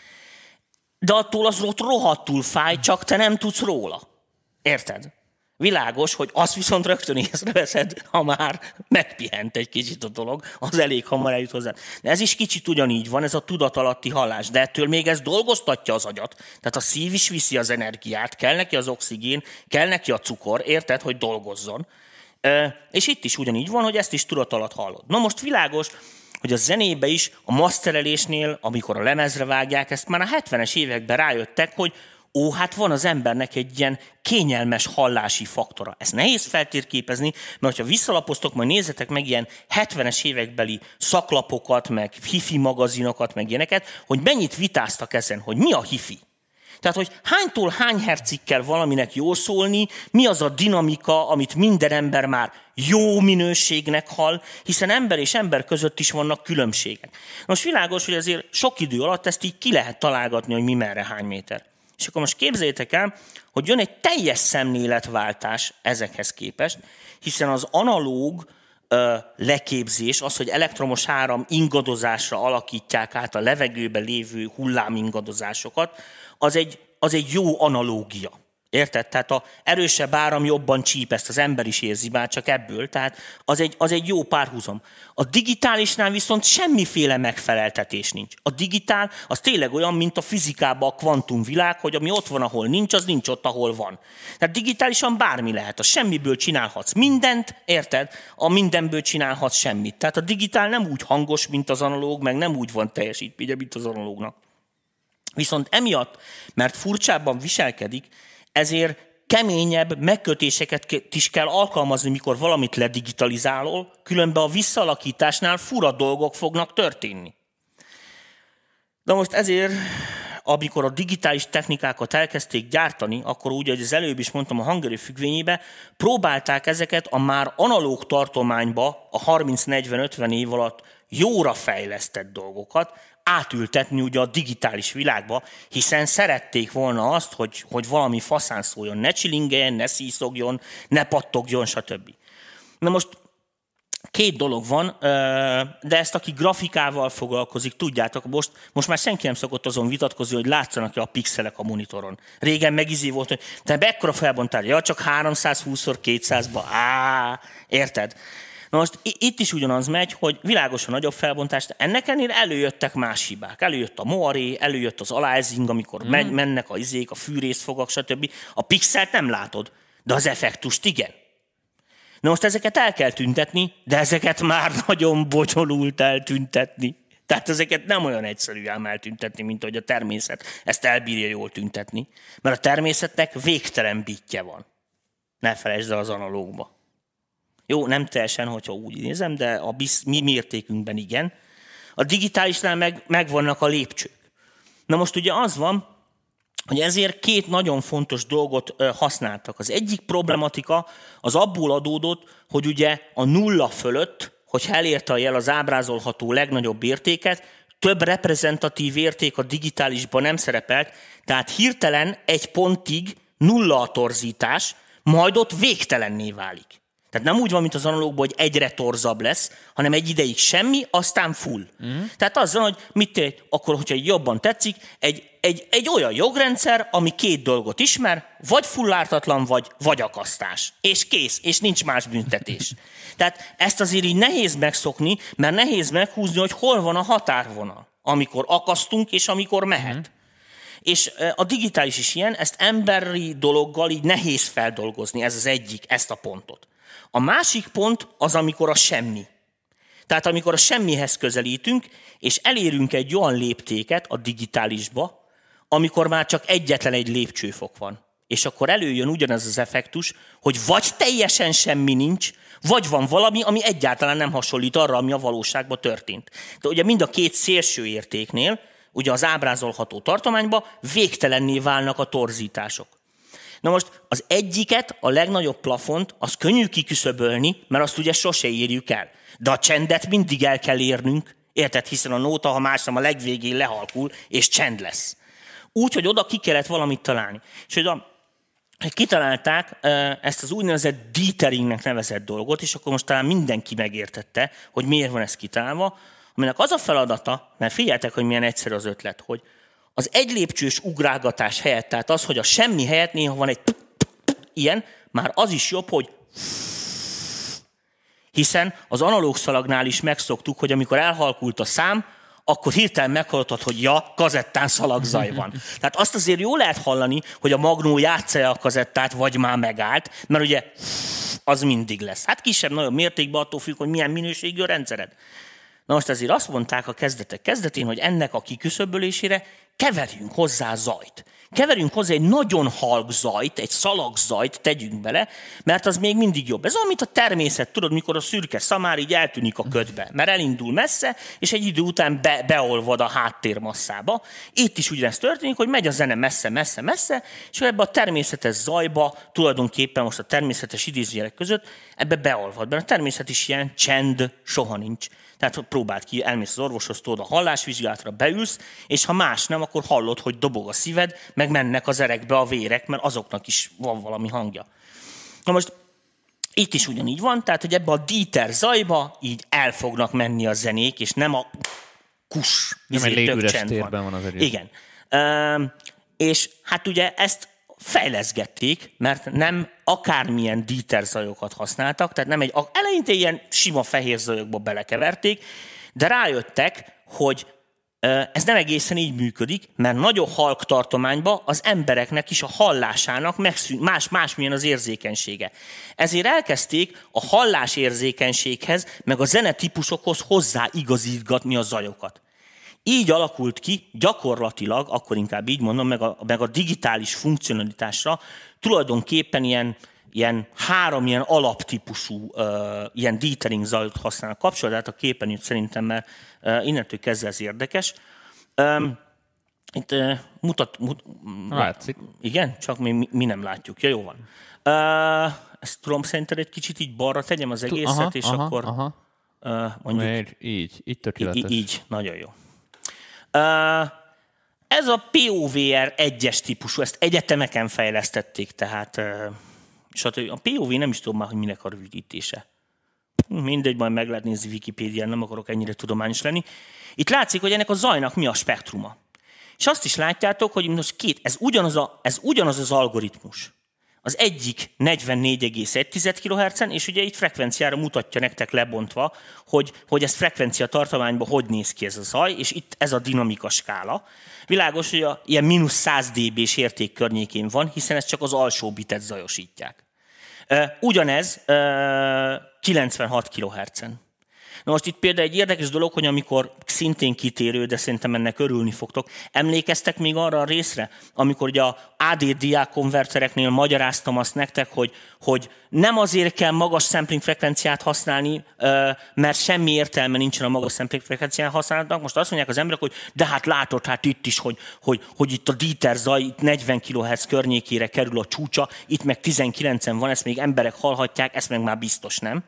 De attól az ott rohadtul fáj, csak te nem tudsz róla. Érted? Világos, hogy azt viszont rögtön észreveszed, ha már megpihent egy kicsit a dolog, az elég hamar eljut hozzá. De ez is kicsit ugyanígy van, ez a tudatalatti hallás, de ettől még ez dolgoztatja az agyat. Tehát a szív is viszi az energiát, kell neki az oxigén, kell neki a cukor, érted, hogy dolgozzon. És itt is ugyanígy van, hogy ezt is tudat alatt hallod. Na most világos, hogy a zenébe is, a masterelésnél, amikor a lemezre vágják, ezt már a hetvenes években rájöttek, hogy ó, hát van az embernek egy ilyen kényelmes hallási faktora. Ez nehéz feltérképezni, mert ha visszalapoztok, majd nézzetek meg ilyen hetvenes évekbeli szaklapokat, meg hifi magazinokat, meg ilyeneket, hogy mennyit vitáztak ezen, hogy mi a hifi. Tehát, hogy hánytól hány hercig kell valaminek jól szólni, mi az a dinamika, amit minden ember már jó minőségnek hall, hiszen ember és ember között is vannak különbségek. Most világos, hogy azért sok idő alatt ezt így ki lehet találgatni, hogy mi merre hány méter. És akkor most képzeljétek el, hogy jön egy teljes szemléletváltás ezekhez képest, hiszen az analóg ö, leképzés, az, hogy elektromos áram ingadozásra alakítják át a levegőben lévő hullámingadozásokat, az egy, az egy jó analógia. Érted? Tehát a erősebb áram jobban csíp, ezt az ember is érzi már csak ebből, tehát az egy, az egy jó párhuzam. A digitálisnál viszont semmiféle megfeleltetés nincs. A digitál az tényleg olyan, mint a fizikában a kvantumvilág, hogy ami ott van, ahol nincs, az nincs ott, ahol van. Tehát digitálisan bármi lehet, a semmiből csinálhatsz mindent, érted? A mindenből csinálhatsz semmit. Tehát a digitál nem úgy hangos, mint az analóg, meg nem úgy van teljesítménye, mint az analógnak. Viszont emiatt, mert furcsábban viselkedik, ezért keményebb megkötéseket is kell alkalmazni, mikor valamit ledigitalizálol, különben a visszaalakításnál fura dolgok fognak történni. De most ezért, amikor a digitális technikákat elkezdték gyártani, akkor úgy, ahogy az előbb is mondtam, a hangerő függvényébe, próbálták ezeket a már analóg tartományba a harminc negyven ötven év alatt jóra fejlesztett dolgokat átültetni ugye a digitális világba, hiszen szerették volna azt, hogy, hogy valami faszán szóljon, ne csilingeljen, ne sziszogjon, ne pattogjon, stb. Na most két dolog van, de ezt aki grafikával foglalkozik, tudjátok, most, most már senki nem szokott azon vitatkozni, hogy látszanak-e a pixelek a monitoron. Régen meg izé volt, hogy te mekkora felbontás, ja, csak háromszázhúsz szor kétszázba, á, érted? Na most itt is ugyanaz megy, hogy világosan nagyobb felbontást, ennek ennél előjöttek más hibák. Előjött a moaré, előjött az aliasing, amikor mm. megy, mennek a izék, a fűrészfogak, stb. A pixelt nem látod, de az effektust igen. Na most ezeket el kell tüntetni, de ezeket már nagyon bonyolult eltüntetni. Tehát ezeket nem olyan egyszerű ám eltüntetni, mint hogy a természet ezt elbírja jól tüntetni. Mert a természetnek végtelen bitje van. Ne felejtsd el az analógba. Jó, nem teljesen, hogyha úgy nézem, de a bisz, mi mértékünkben igen. A digitálisnál meg, megvannak a lépcsők. Na most ugye az van, hogy ezért két nagyon fontos dolgot használtak. Az egyik problematika az abból adódott, hogy ugye a nulla fölött, hogyha elérte a jel az ábrázolható legnagyobb értéket, több reprezentatív érték a digitálisban nem szerepelt, tehát hirtelen egy pontig nulla a torzítás, majd ott végtelenné válik. Tehát nem úgy van, mint az analógban, hogy egyre torzabb lesz, hanem egy ideig semmi, aztán full. Mm. Tehát azzal, hogy mit tény, akkor, hogyha jobban tetszik, egy, egy, egy olyan jogrendszer, ami két dolgot ismer, vagy fullártatlan, vagy, vagy akasztás. És kész, és nincs más büntetés. Tehát ezt azért így nehéz megszokni, mert nehéz meghúzni, hogy hol van a határvonal, amikor akasztunk, és amikor mehet. Mm. És a digitális is ilyen, ezt emberi dologgal így nehéz feldolgozni, ez az egyik, ezt a pontot. A másik pont az, amikor a semmi. Tehát amikor a semmihez közelítünk, és elérünk egy olyan léptéket a digitálisba, amikor már csak egyetlen egy lépcsőfok van. És akkor előjön ugyanez az effektus, hogy vagy teljesen semmi nincs, vagy van valami, ami egyáltalán nem hasonlít arra, ami a valóságban történt. De ugye mind a két szélső értéknél, ugye az ábrázolható tartományban végtelenné válnak a torzítások. Na most az egyiket, a legnagyobb plafont, az könnyű kiküszöbölni, mert azt ugye sose érjük el. De a csendet mindig el kell érnünk, érted? Hiszen a nóta, ha más nem, a legvégén lehalkul, és csend lesz. Úgy, hogy oda ki kellett valamit találni. És hogy a, kitalálták ezt az úgynevezett deteringnek nevezett dolgot, és akkor most talán mindenki megértette, hogy miért van ez kitalálva, aminek az a feladata, mert figyeljetek, hogy milyen egyszerű az ötlet, hogy az egy lépcsős ugrálgatás helyett, tehát az, hogy a semmi helyett néha van egy ilyen, már az is jobb, hogy hiszen az analóg szalagnál is megszoktuk, hogy amikor elhalkult a szám, akkor hirtelen meghallottad, hogy ja, kazettán szalagzaj van. Tehát azt azért jól lehet hallani, hogy a magnó játssza a kazettát, vagy már megállt, mert ugye az mindig lesz. Hát kisebb-nagyobb mértékben attól függ, hogy milyen minőségű a rendszered. Na most ezért azt mondták a kezdetek kezdetén, hogy ennek a kiküszöbölésére keverjünk hozzá zajt. Keverjünk hozzá egy nagyon halk zajt, egy szalagzajt tegyünk bele, mert az még mindig jobb. Ez olyan, mint a természet, tudod, mikor a szürke szamár így eltűnik a ködbe, mert elindul messze, és egy idő után be, beolvad a háttérmasszába. Itt is ugyanezt történik, hogy megy a zene messze, messze, messze, és ebbe a természetes zajba, tulajdonképpen most a természetes idézőjelek között, ebbe beolvad. Mert a természet is ilyen csend soha nincs. Tehát próbáld ki, elmész az orvoshoz, tudod, a hallásvizsgálatra beülsz, és ha más nem, akkor hallod, hogy dobog a szíved, meg mennek az erekbe a vérek, mert azoknak is van valami hangja. Na most itt is ugyanígy van, tehát hogy ebbe a díter zajba így el fognak menni a zenék, és nem a kus, nem egy légüres térben van. van az egész. Igen. Üm, és hát ugye ezt fejleszgették, mert nem akármilyen díter zajokat használtak, tehát nem egy, eleinte ilyen sima fehér zajokba belekeverték, de rájöttek, hogy ez nem egészen így működik, mert nagyon halk tartományban az embereknek is a hallásának megszűn, más, másmilyen az érzékenysége. Ezért elkezdték a hallásérzékenységhez, meg a zenetípusokhoz hozzáigazítgatni a zajokat. Így alakult ki gyakorlatilag, akkor inkább így mondom, meg a, meg a digitális funkcionalitásra tulajdonképpen ilyen, ilyen három ilyen alaptípusú uh, ilyen dithering zajot használnak. Kapcsolatát a képernyőt szerintem, mert uh, innentől kezdve ez érdekes. Um, itt uh, mutat... Mut, Látszik. Igen? Csak mi, mi nem látjuk. Ja, jó van. Uh, ezt tudom szerinted egy kicsit így balra tegyem az egészet, aha, és aha, akkor aha. Uh, mondjuk... Még így, így tökéletes. Így, így, nagyon jó. Uh, ez a pé o vé er egyes típusú, ezt egyetemeken fejlesztették, tehát uh, stb. A pé o vé nem is tudom már, hogy minek a rövidítése. Mindegy, majd meg lehet nézni Wikipédián, nem akarok ennyire tudományos lenni. Itt látszik, hogy ennek a zajnak mi a spektruma. És azt is látjátok, hogy most két, ez ugyanaz, a, ez ugyanaz az algoritmus. Az egyik negyvennégy egész egy kilohertzen, és ugye itt frekvenciára mutatja nektek lebontva, hogy, hogy ez frekvencia tartományban hogy néz ki ez a zaj, és itt ez a dinamika skála. Világos, hogy a ilyen mínusz száz dB-s érték környékén van, hiszen ezt csak az alsó bitet zajosítják. Ugyanez kilencvenhat kilohertzen. Na most itt például egy érdekes dolog, hogy amikor szintén kitérő, de szerintem ennek örülni fogtok, emlékeztek még arra a részre, amikor ugye a á dé dé á konvertereknél magyaráztam azt nektek, hogy, hogy nem azért kell magas sampling frekvenciát használni, mert semmi értelme nincsen a magas sampling frekvencián használatnak. Most azt mondják az emberek, hogy de hát látod, hát itt is, hogy, hogy, hogy itt a díter zaj itt negyven kilohertz környékére kerül a csúcsa, itt meg tizenkilencen van, ezt még emberek hallhatják, ezt meg már biztos nem.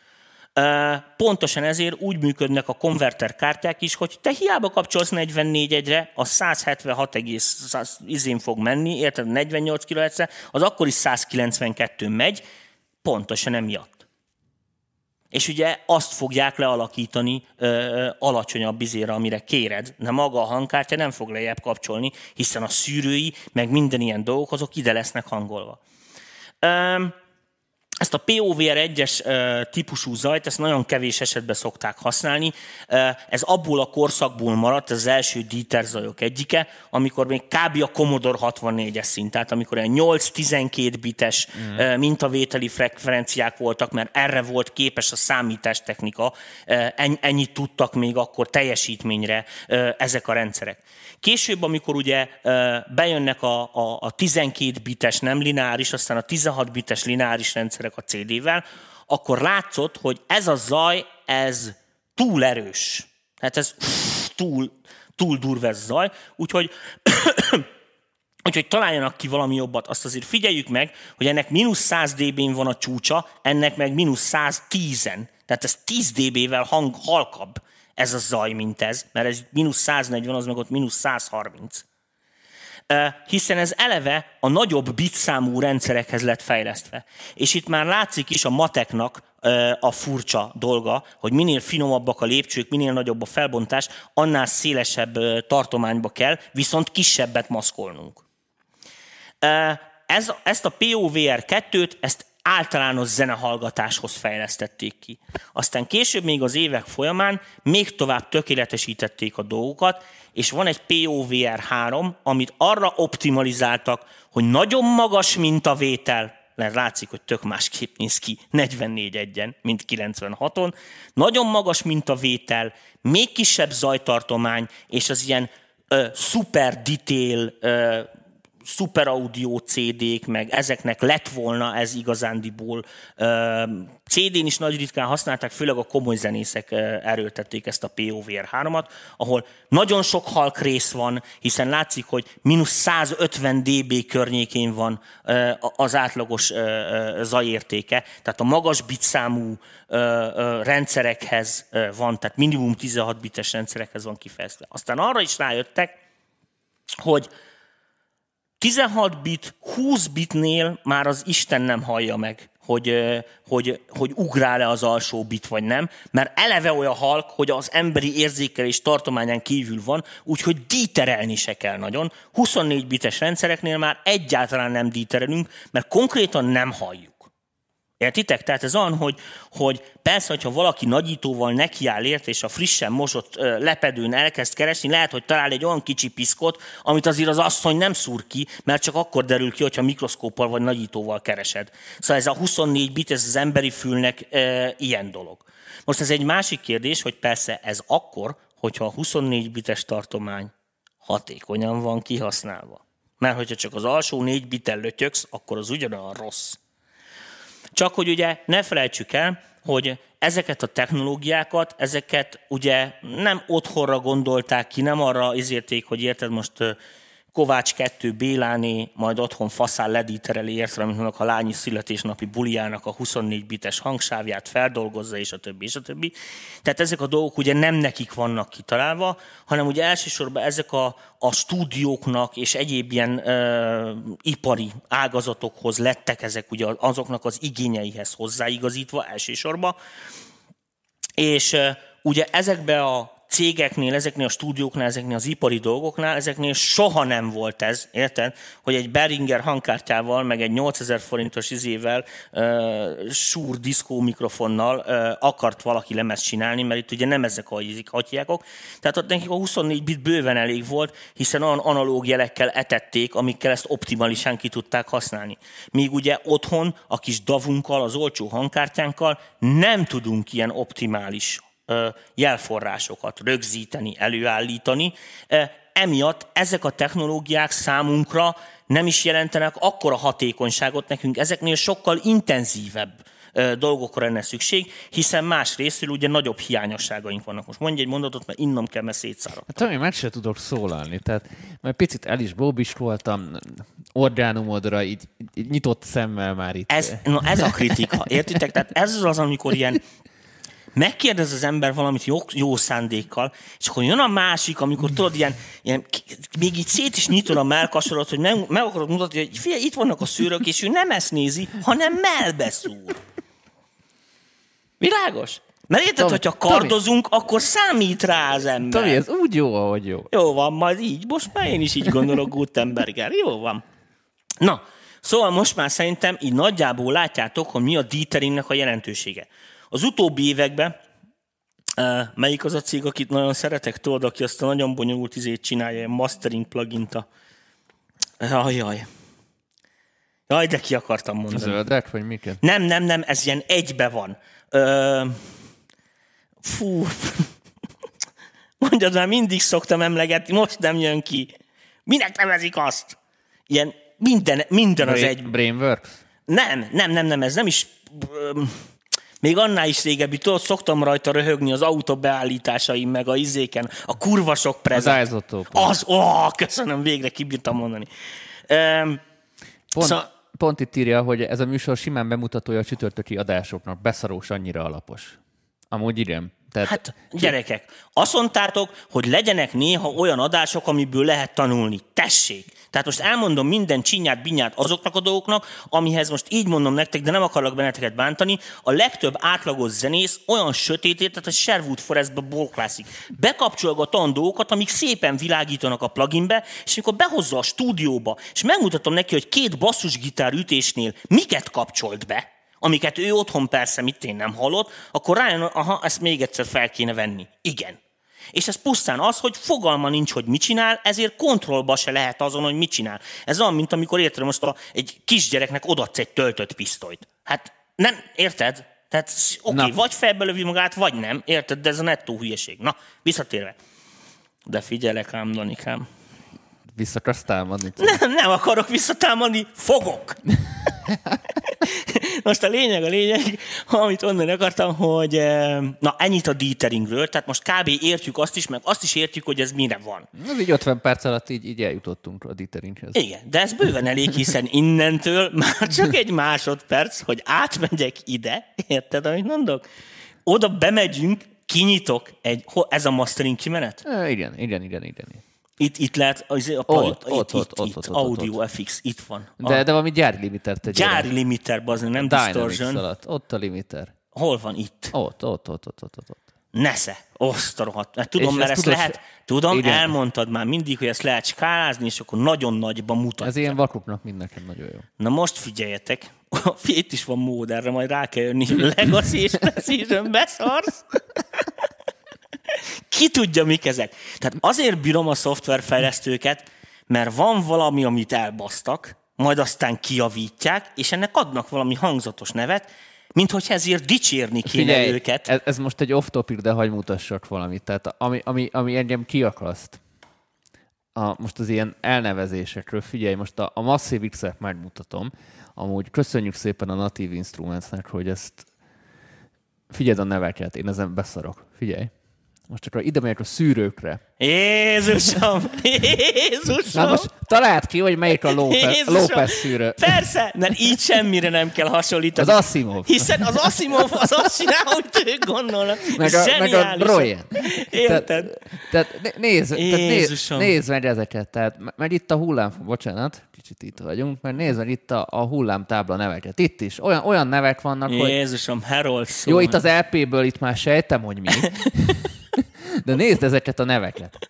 Pontosan ezért úgy működnek a konverter kártyák is, hogy te hiába kapcsolsz negyvennégy egyre, a száz hetvenhat egész izén fog menni, érted, negyvennyolc kilohertzre, az akkor is száz kilencvenkettő megy, pontosan emiatt. És ugye azt fogják lealakítani ö, alacsonyabb izére, amire kéred, de maga a hangkártya nem fog lejjebb kapcsolni, hiszen a szűrői, meg minden ilyen dolgok, azok ide lesznek hangolva. Ö, Ezt a pé o vé er egyes típusú zajt, ezt nagyon kevés esetben szokták használni. Ez abból a korszakból maradt, ez az első díter zajok egyike, amikor még kb. A Commodore hatvannégyes szint, tehát amikor egy nyolc-tizenkét bites mm. mintavételi frekvenciák voltak, mert erre volt képes a számítástechnika, ennyit tudtak még akkor teljesítményre ezek a rendszerek. Később, amikor ugye bejönnek a, a, a tizenkét bites nem lineáris, aztán a tizenhat bites lineáris rendszerek a cé dé-vel, akkor látszott, hogy ez a zaj, ez túl erős. Tehát ez túl, túl durva ez zaj, úgyhogy, úgyhogy találjanak ki valami jobbat. Azt azért figyeljük meg, hogy ennek mínusz száz dB-n van a csúcsa, ennek meg mínusz száz tízen. Tehát ez tíz dB-vel hang, halkabb ez a zaj, mint ez, mert ez mínusz száznegyven, az meg ott mínusz száz harminc. Hiszen ez eleve a nagyobb bitszámú rendszerekhez lett fejlesztve. És itt már látszik is a mateknak a furcsa dolga, hogy minél finomabbak a lépcsők, minél nagyobb a felbontás, annál szélesebb tartományba kell, viszont kisebbet maszkolnunk. Ez, ezt a pé o vé er kettőt, ezt általános zenehallgatáshoz fejlesztették ki. Aztán később még az évek folyamán még tovább tökéletesítették a dolgokat, és van egy pé o vé er három, amit arra optimalizáltak, hogy nagyon magas mintavétel, mert látszik, hogy tök másképp néz ki negyvennégy egyen, mint kilencvenhaton, nagyon magas mintavétel, még kisebb zajtartomány, és az ilyen uh, super detail, uh, szuper audio cé dé-k, meg ezeknek lett volna ez igazándiból. cé dén is nagy ritkán használták, főleg a komoly zenészek erőltették ezt a pé o vé er háromat, ahol nagyon sok halk rész van, hiszen látszik, hogy mínusz százötven dB környékén van az átlagos zajértéke, tehát a magas bitszámú rendszerekhez van, tehát minimum tizenhat bites rendszerekhez van kifejezve. Aztán arra is rájöttek, hogy tizenhat bit, húsz bitnél már az Isten nem hallja meg, hogy, hogy, hogy ugrál-e az alsó bit, vagy nem, mert eleve olyan halk, hogy az emberi érzékelés tartományán kívül van, úgyhogy díterelni se kell nagyon. huszonnégy bites rendszereknél már egyáltalán nem díterelünk, mert konkrétan nem halljuk. Értitek? Tehát ez olyan, hogy, hogy persze, hogyha valaki nagyítóval nekiáll ért, és a frissen mosott lepedőn elkezd keresni, lehet, hogy talál egy olyan kicsi piszkot, amit azért az asszony nem szúr ki, mert csak akkor derül ki, hogyha mikroszkóppal vagy nagyítóval keresed. Szóval ez a huszonnégy bit, ez az emberi fülnek e, ilyen dolog. Most ez egy másik kérdés, hogy persze ez akkor, hogyha a huszonnégy bites tartomány hatékonyan van kihasználva. Mert hogyha csak az alsó négy biten lötyögsz, akkor az ugyanolyan rossz. Csak hogy ugye ne felejtsük el, hogy ezeket a technológiákat, ezeket ugye nem otthonra gondolták ki, nem arra izérték, hogy érted most Kovács kettő Béláné majd otthon faszán ledítereli értre, amit mondok, a lányi születésnapi buliának a huszonnégy bites hangsávját feldolgozza, és a többi, és a többi. Tehát ezek a dolgok ugye nem nekik vannak kitalálva, hanem ugye elsősorban ezek a, a stúdióknak és egyéb ilyen ö, ipari ágazatokhoz lettek ezek ugye azoknak az igényeihez hozzáigazítva elsősorban. És ö, ugye ezekbe a cégeknél, ezeknél a stúdióknál, ezeknél az ipari dolgoknál, ezeknél soha nem volt ez, érted? Hogy egy Behringer hangkártyával, meg egy nyolcezer forintos izével, uh, Shure diszkó mikrofonnal uh, akart valaki lemezt csinálni, mert itt ugye nem ezek a hatyjákok. Tehát ott nekik a huszonnégy bit bőven elég volt, hiszen olyan analóg jelekkel etették, amikkel ezt optimálisan ki tudták használni. Míg ugye otthon a kis davunkkal, az olcsó hangkártyánkkal nem tudunk ilyen optimális jelforrásokat rögzíteni, előállítani. Emiatt ezek a technológiák számunkra nem is jelentenek akkora hatékonyságot nekünk, ezeknél sokkal intenzívebb dolgokra lenne szükség, hiszen más részről ugye nagyobb hiányosságaink vannak. Most mondj egy mondatot, mert innom kell, mert szétszáradtam. Hát ami meg se tudok szólalni, tehát mert picit el is bóbiskoltam, orgánumodra, így, így nyitott szemmel már itt. Ez, no, ez a kritika, értitek? Tehát ez az, amikor ilyen megkérdez az ember valamit jó, jó szándékkal, és akkor jön a másik, amikor tudod, ilyen, ilyen még így szét is nyitod a mellkasorat, hogy meg, meg akarod mutatni, hogy figyelj, itt vannak a szűrök, és ő nem ezt nézi, hanem mellbe szúr. Világos? Mert érted, Tomi, hogyha kardozunk, Tomi, akkor számít rá az ember. Tomi, ez úgy jó, ahogy jó. Jó van, majd így. Most már én is így gondolok, Gutenberger. Jó van. Na, szóval most már szerintem így nagyjából látjátok, hogy mi a díteringnek a jelentősége. Az utóbbi években, melyik az a cég, akit nagyon szeretek, tudod, aki azt a nagyon bonyolult izét csinálja, ilyen mastering plugint a... Ajaj. Jaj, de ki akartam mondani. Zöldek, vagy miket? Nem, nem, nem, ez ilyen egybe van. Ö... Fú. Mondjad, már mindig szoktam emlegetni, most nem jön ki. Minek nevezik azt? Ilyen minden, minden az egy... Brainworks? Nem, nem, nem, nem, ez nem is... Még annál is régebbi, tudod, szoktam rajta röhögni az autó beállításaim, meg a izéken, a kurva sok prezent. Az iZotope. Az, ó, oh, köszönöm, végre kibírtam mondani. Um, pont, szó... pont itt írja, hogy ez a műsor simán bemutatója a csütörtöki adásoknak, beszarós annyira alapos. Amúgy igen. Tehát... Hát gyerekek, azt mondtátok, hogy legyenek néha olyan adások, amiből lehet tanulni. Tessék! Tehát most elmondom minden csinyát, binyát azoknak a dolgoknak, amihez most így mondom nektek, de nem akarlak benneteket bántani, a legtöbb átlagos zenész olyan sötét, tehát a Sherwood Forestbe borklászik. Bekapcsolgat olyan dolgokat, amik szépen világítanak a pluginbe, és amikor behozza a stúdióba, és megmutatom neki, hogy két basszusgitár ütésnél miket kapcsolt be, amiket ő otthon persze mit én nem hallott, akkor rájön, aha, ezt még egyszer fel kéne venni. Igen. És ez pusztán az, hogy fogalma nincs, hogy mit csinál, ezért kontrollba se lehet azon, hogy mit csinál. Ez olyan, mint amikor érted, most a, egy kisgyereknek odaadsz egy töltött pisztolyt. Hát nem, érted? Tehát oké, okay, vagy felbelövi magát, vagy nem, érted? De ez a nettó hülyeség. Na, visszatérve. De figyelek ám, Danikám. Vissza akarsz támadni? Nem, nem akarok visszatámadni, fogok! Most a lényeg, a lényeg, amit onnan akartam, hogy na ennyit a díteringről, tehát most kb. Értjük azt is, meg azt is értjük, hogy ez mire van. Ez így ötven perc alatt így, így eljutottunk a díteringhez. Igen, de ez bőven elég, hiszen innentől már csak egy másodperc, hogy átmegyek ide, érted, amit mondok? Oda bemegyünk, kinyitok egy, ez a mastering kimenet? E, igen, igen, igen, igen. Itt, itt lehet, az, a Ott, itt, ott, itt, ott, itt, ott, itt, ott, Audio ott. ef iksz, itt van. De, A de valami gyári limiter tegyél. gyári limiter, bazdmeg, nem Dynamics distortion. alatt. Ott a limiter. Hol van itt? Ott, ott, ott, ott, ott, ott. Nesze, oszt a rohadt. Mert tudom, És mert ezt ezt tudod, lehet, tudom, igen. elmondtad már mindig, hogy ezt lehet skálázni, és akkor nagyon nagyba mutatja. Ez ilyen vakoknak mind nekem nagyon jó. Na most figyeljetek, itt is van mód erre, majd rá kell jönni, hogy Legacy és Precision beszarsz. Ki tudja, mik ezek. Tehát azért bírom a szoftverfejlesztőket, mert van valami, amit elbasztak, majd aztán kijavítják, és ennek adnak valami hangzatos nevet, mint hogyha ezért dicsérni kéne Figyelj, őket. Ez, ez most egy off-topic, de hagy mutassak valamit. Tehát ami, ami, ami engem kiakaszt, a, most az ilyen elnevezésekről, figyelj, most a, a Massive X-et megmutatom. Amúgy köszönjük szépen a Native Instruments-nek, hogy ezt figyeld a neveket, én ezen beszarok. Figyelj. Most csak ide megyek a szűrőkre. Jézusom! Jézusom! Na most találd ki, hogy melyik a Jézusom! López szűrő. Persze, mert így semmire nem kell hasonlítani. Az Asimov. Hiszen az Asimov az azt csinál, amit ők gondolnak. Meg a, meg a Broyen. Érted? Tehát, tehát né- nézd, tehát nézd, nézd meg ezeket. Tehát, mert itt a hullám... Bocsánat, kicsit itt vagyunk, mert nézd meg itt a, a hullámtábla neveket. Itt is olyan, olyan nevek vannak, hogy... Jézusom, Harold szó. Jó, itt az el pé-ből itt már sejtem, hogy mi. De nézd ezeket a neveket.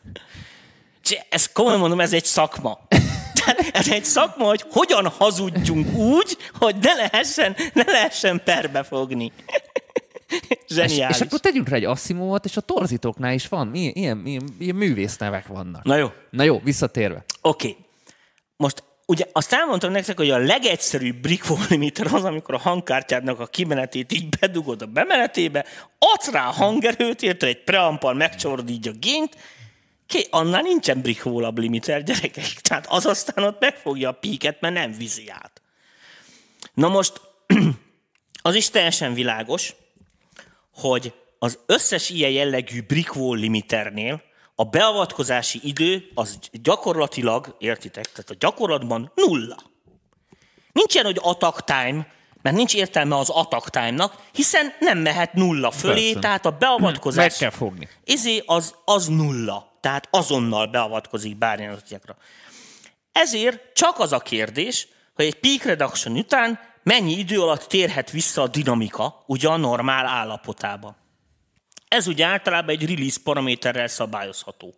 Ez komolyan mondom, ez egy szakma. Tehát ez egy szakma, hogy hogyan hazudjunk úgy, hogy ne lehessen, ne lehessen perbe fogni. Zseniális. És, és akkor tegyünk rá egy Asimovot, és a torzítóknál is van. Ilyen, ilyen, ilyen, ilyen művésznevek vannak. Na jó. Na jó, visszatérve. Oké. Okay. Most ugye azt elmondtam nektek, hogy a legegyszerűbb brick wall limiter az, amikor a hangkártyádnak a kimenetét így bedugod a bemenetébe, adsz rá a hangerőt, érted, egy preampal megcsorod így a gént, ké, annál nincsen brick wall limiter, gyerekek. Tehát az aztán ott megfogja a píket, mert nem viszi át. Na most az is teljesen világos, hogy az összes ilyen jellegű brick wall limiternél a beavatkozási idő az gyakorlatilag, értitek, tehát a gyakorlatban nulla. Nincs ilyen, hogy attack time, mert nincs értelme az attack time-nak, hiszen nem mehet nulla fölé, Persze. tehát a beavatkozás... Meg kell fogni. Ezé az, az nulla, tehát azonnal beavatkozik bármilyen adatjakra. Ezért csak az a kérdés, hogy egy peak reduction után mennyi idő alatt térhet vissza a dinamika, ugye a normál állapotába. Ez ugye általában egy release paraméterrel szabályozható.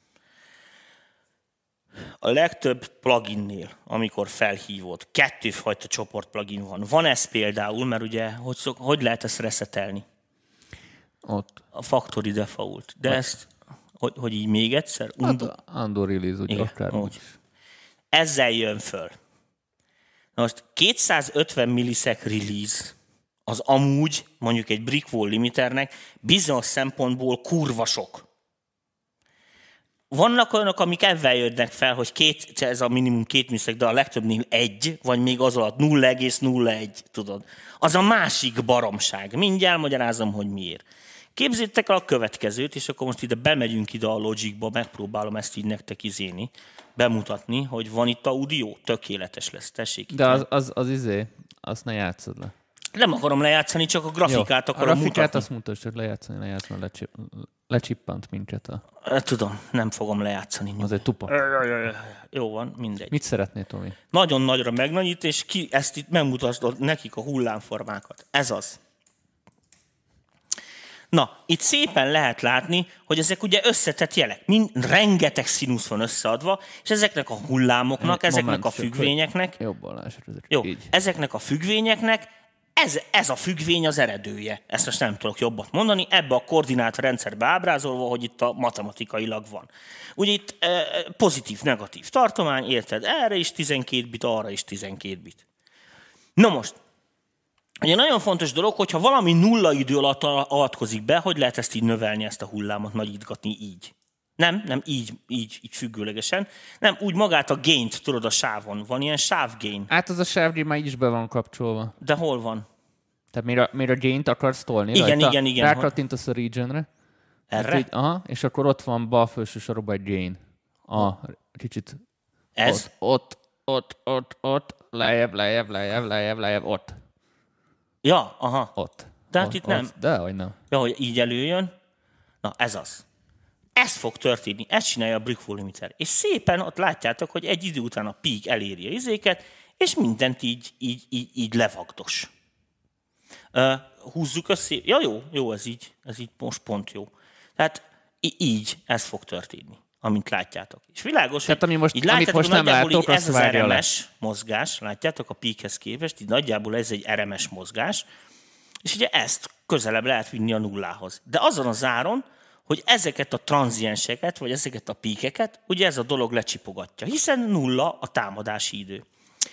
A legtöbb pluginnél, amikor felhívod, kettőfajta csoport plugin van. Van ez például, mert ugye, hogy, szok, hogy lehet ezt reszetelni? Ott. A factory default. De ezt, hogy, hogy így még egyszer? Hát Andor release, ugye akár úgy. Ezzel jön föl. Na most kétszázötven millisek release az amúgy, mondjuk egy brick wall limiternek bizonyos szempontból kurva sok. Vannak olyanok, amik ebben jönnek fel, hogy két, ez a minimum két millisek, de a legtöbbnél egy, vagy még az alatt nulla egész nulla egy, tudod. Az a másik baromság. Mindjárt elmagyarázom, hogy miért. Képzétek el a következőt, és akkor most ide bemegyünk ide a Logicba, megpróbálom ezt így nektek izéni, bemutatni, hogy van itt audio, tökéletes lesz, tessék. De az, az, az izé, azt ne játszod le. Nem akarom lejátszani, csak a grafikát Jó, akarom a grafikát mutatni. azt mutasd, csak lejátszani, lejátszani, lecsip, lecsippant minket. A... Tudom, nem fogom lejátszani. Az egy tupa. Jó van, mindegy. Mit szeretnél, Tomi? Nagyon nagyra megnagyít, és ki ezt itt megmutatod nekik a hullámformákat. Ez az. Na, itt szépen lehet látni, hogy ezek ugye összetett jelek. Mind, rengeteg színusz van összeadva, és ezeknek a hullámoknak, Moment, ezeknek a csak, függvényeknek... Jobban lássuk. Jó, így. ezeknek a függvényeknek ez, ez a függvény az eredője. Ezt most nem tudok jobbat mondani. Ebbe a koordinátorrendszerbe ábrázolva, hogy itt a matematikailag van. Ugye itt eh, pozitív, negatív tartomány, érted? Erre is tizenkét bit, arra is tizenkét bit. Na most, ugye nagyon fontos dolog, hogyha valami nulla idő alatt avatkozik be, hogy lehet ezt így növelni, ezt a hullámot, nagyítgatni így. Nem, nem így, így, így függőlegesen. Nem, úgy magát a gaint, tudod, a sávon. Van ilyen sávgain. Hát az a sávgain már így is be van kapcsolva. De hol van? Tehát miért a, miért a gaint akarsz tolni? Igen, rajta? igen, igen. Rákattintasz a regionre. Erre? Hát így, aha, és akkor ott van bal felső sorokban egy gain. Ah, kicsit. Ez? Ott, ott, ott, ott, ott, lejjebb, lejjebb, lejjebb, lejjebb, lejjebb, ott. Ja, aha. Ott. De hát ott, itt nem. Ott. De, hogy nem. Ja, hogy így előjön. Na, ez az. Ez fog történni, ezt csinálja a breakthrough limiter. És szépen ott látjátok, hogy egy idő után a peak eléri a izéket, és mindent így, így, így, így levagdos. Uh, húzzuk össze. Ja, jó, jó, ez így, ez így most pont jó. Tehát így ez fog történni, amint látjátok. És világos, tehát, ami most, így látjátok, most nem látok, ez az er em es mozgás, látjátok a peakhez képest, így nagyjából ez egy er em es mozgás, és ugye ezt közelebb lehet vinni a nullához. De azon az áron, hogy ezeket a tranzienseket, vagy ezeket a píkeket, ugye ez a dolog lecsipogatja, hiszen nulla a támadási idő.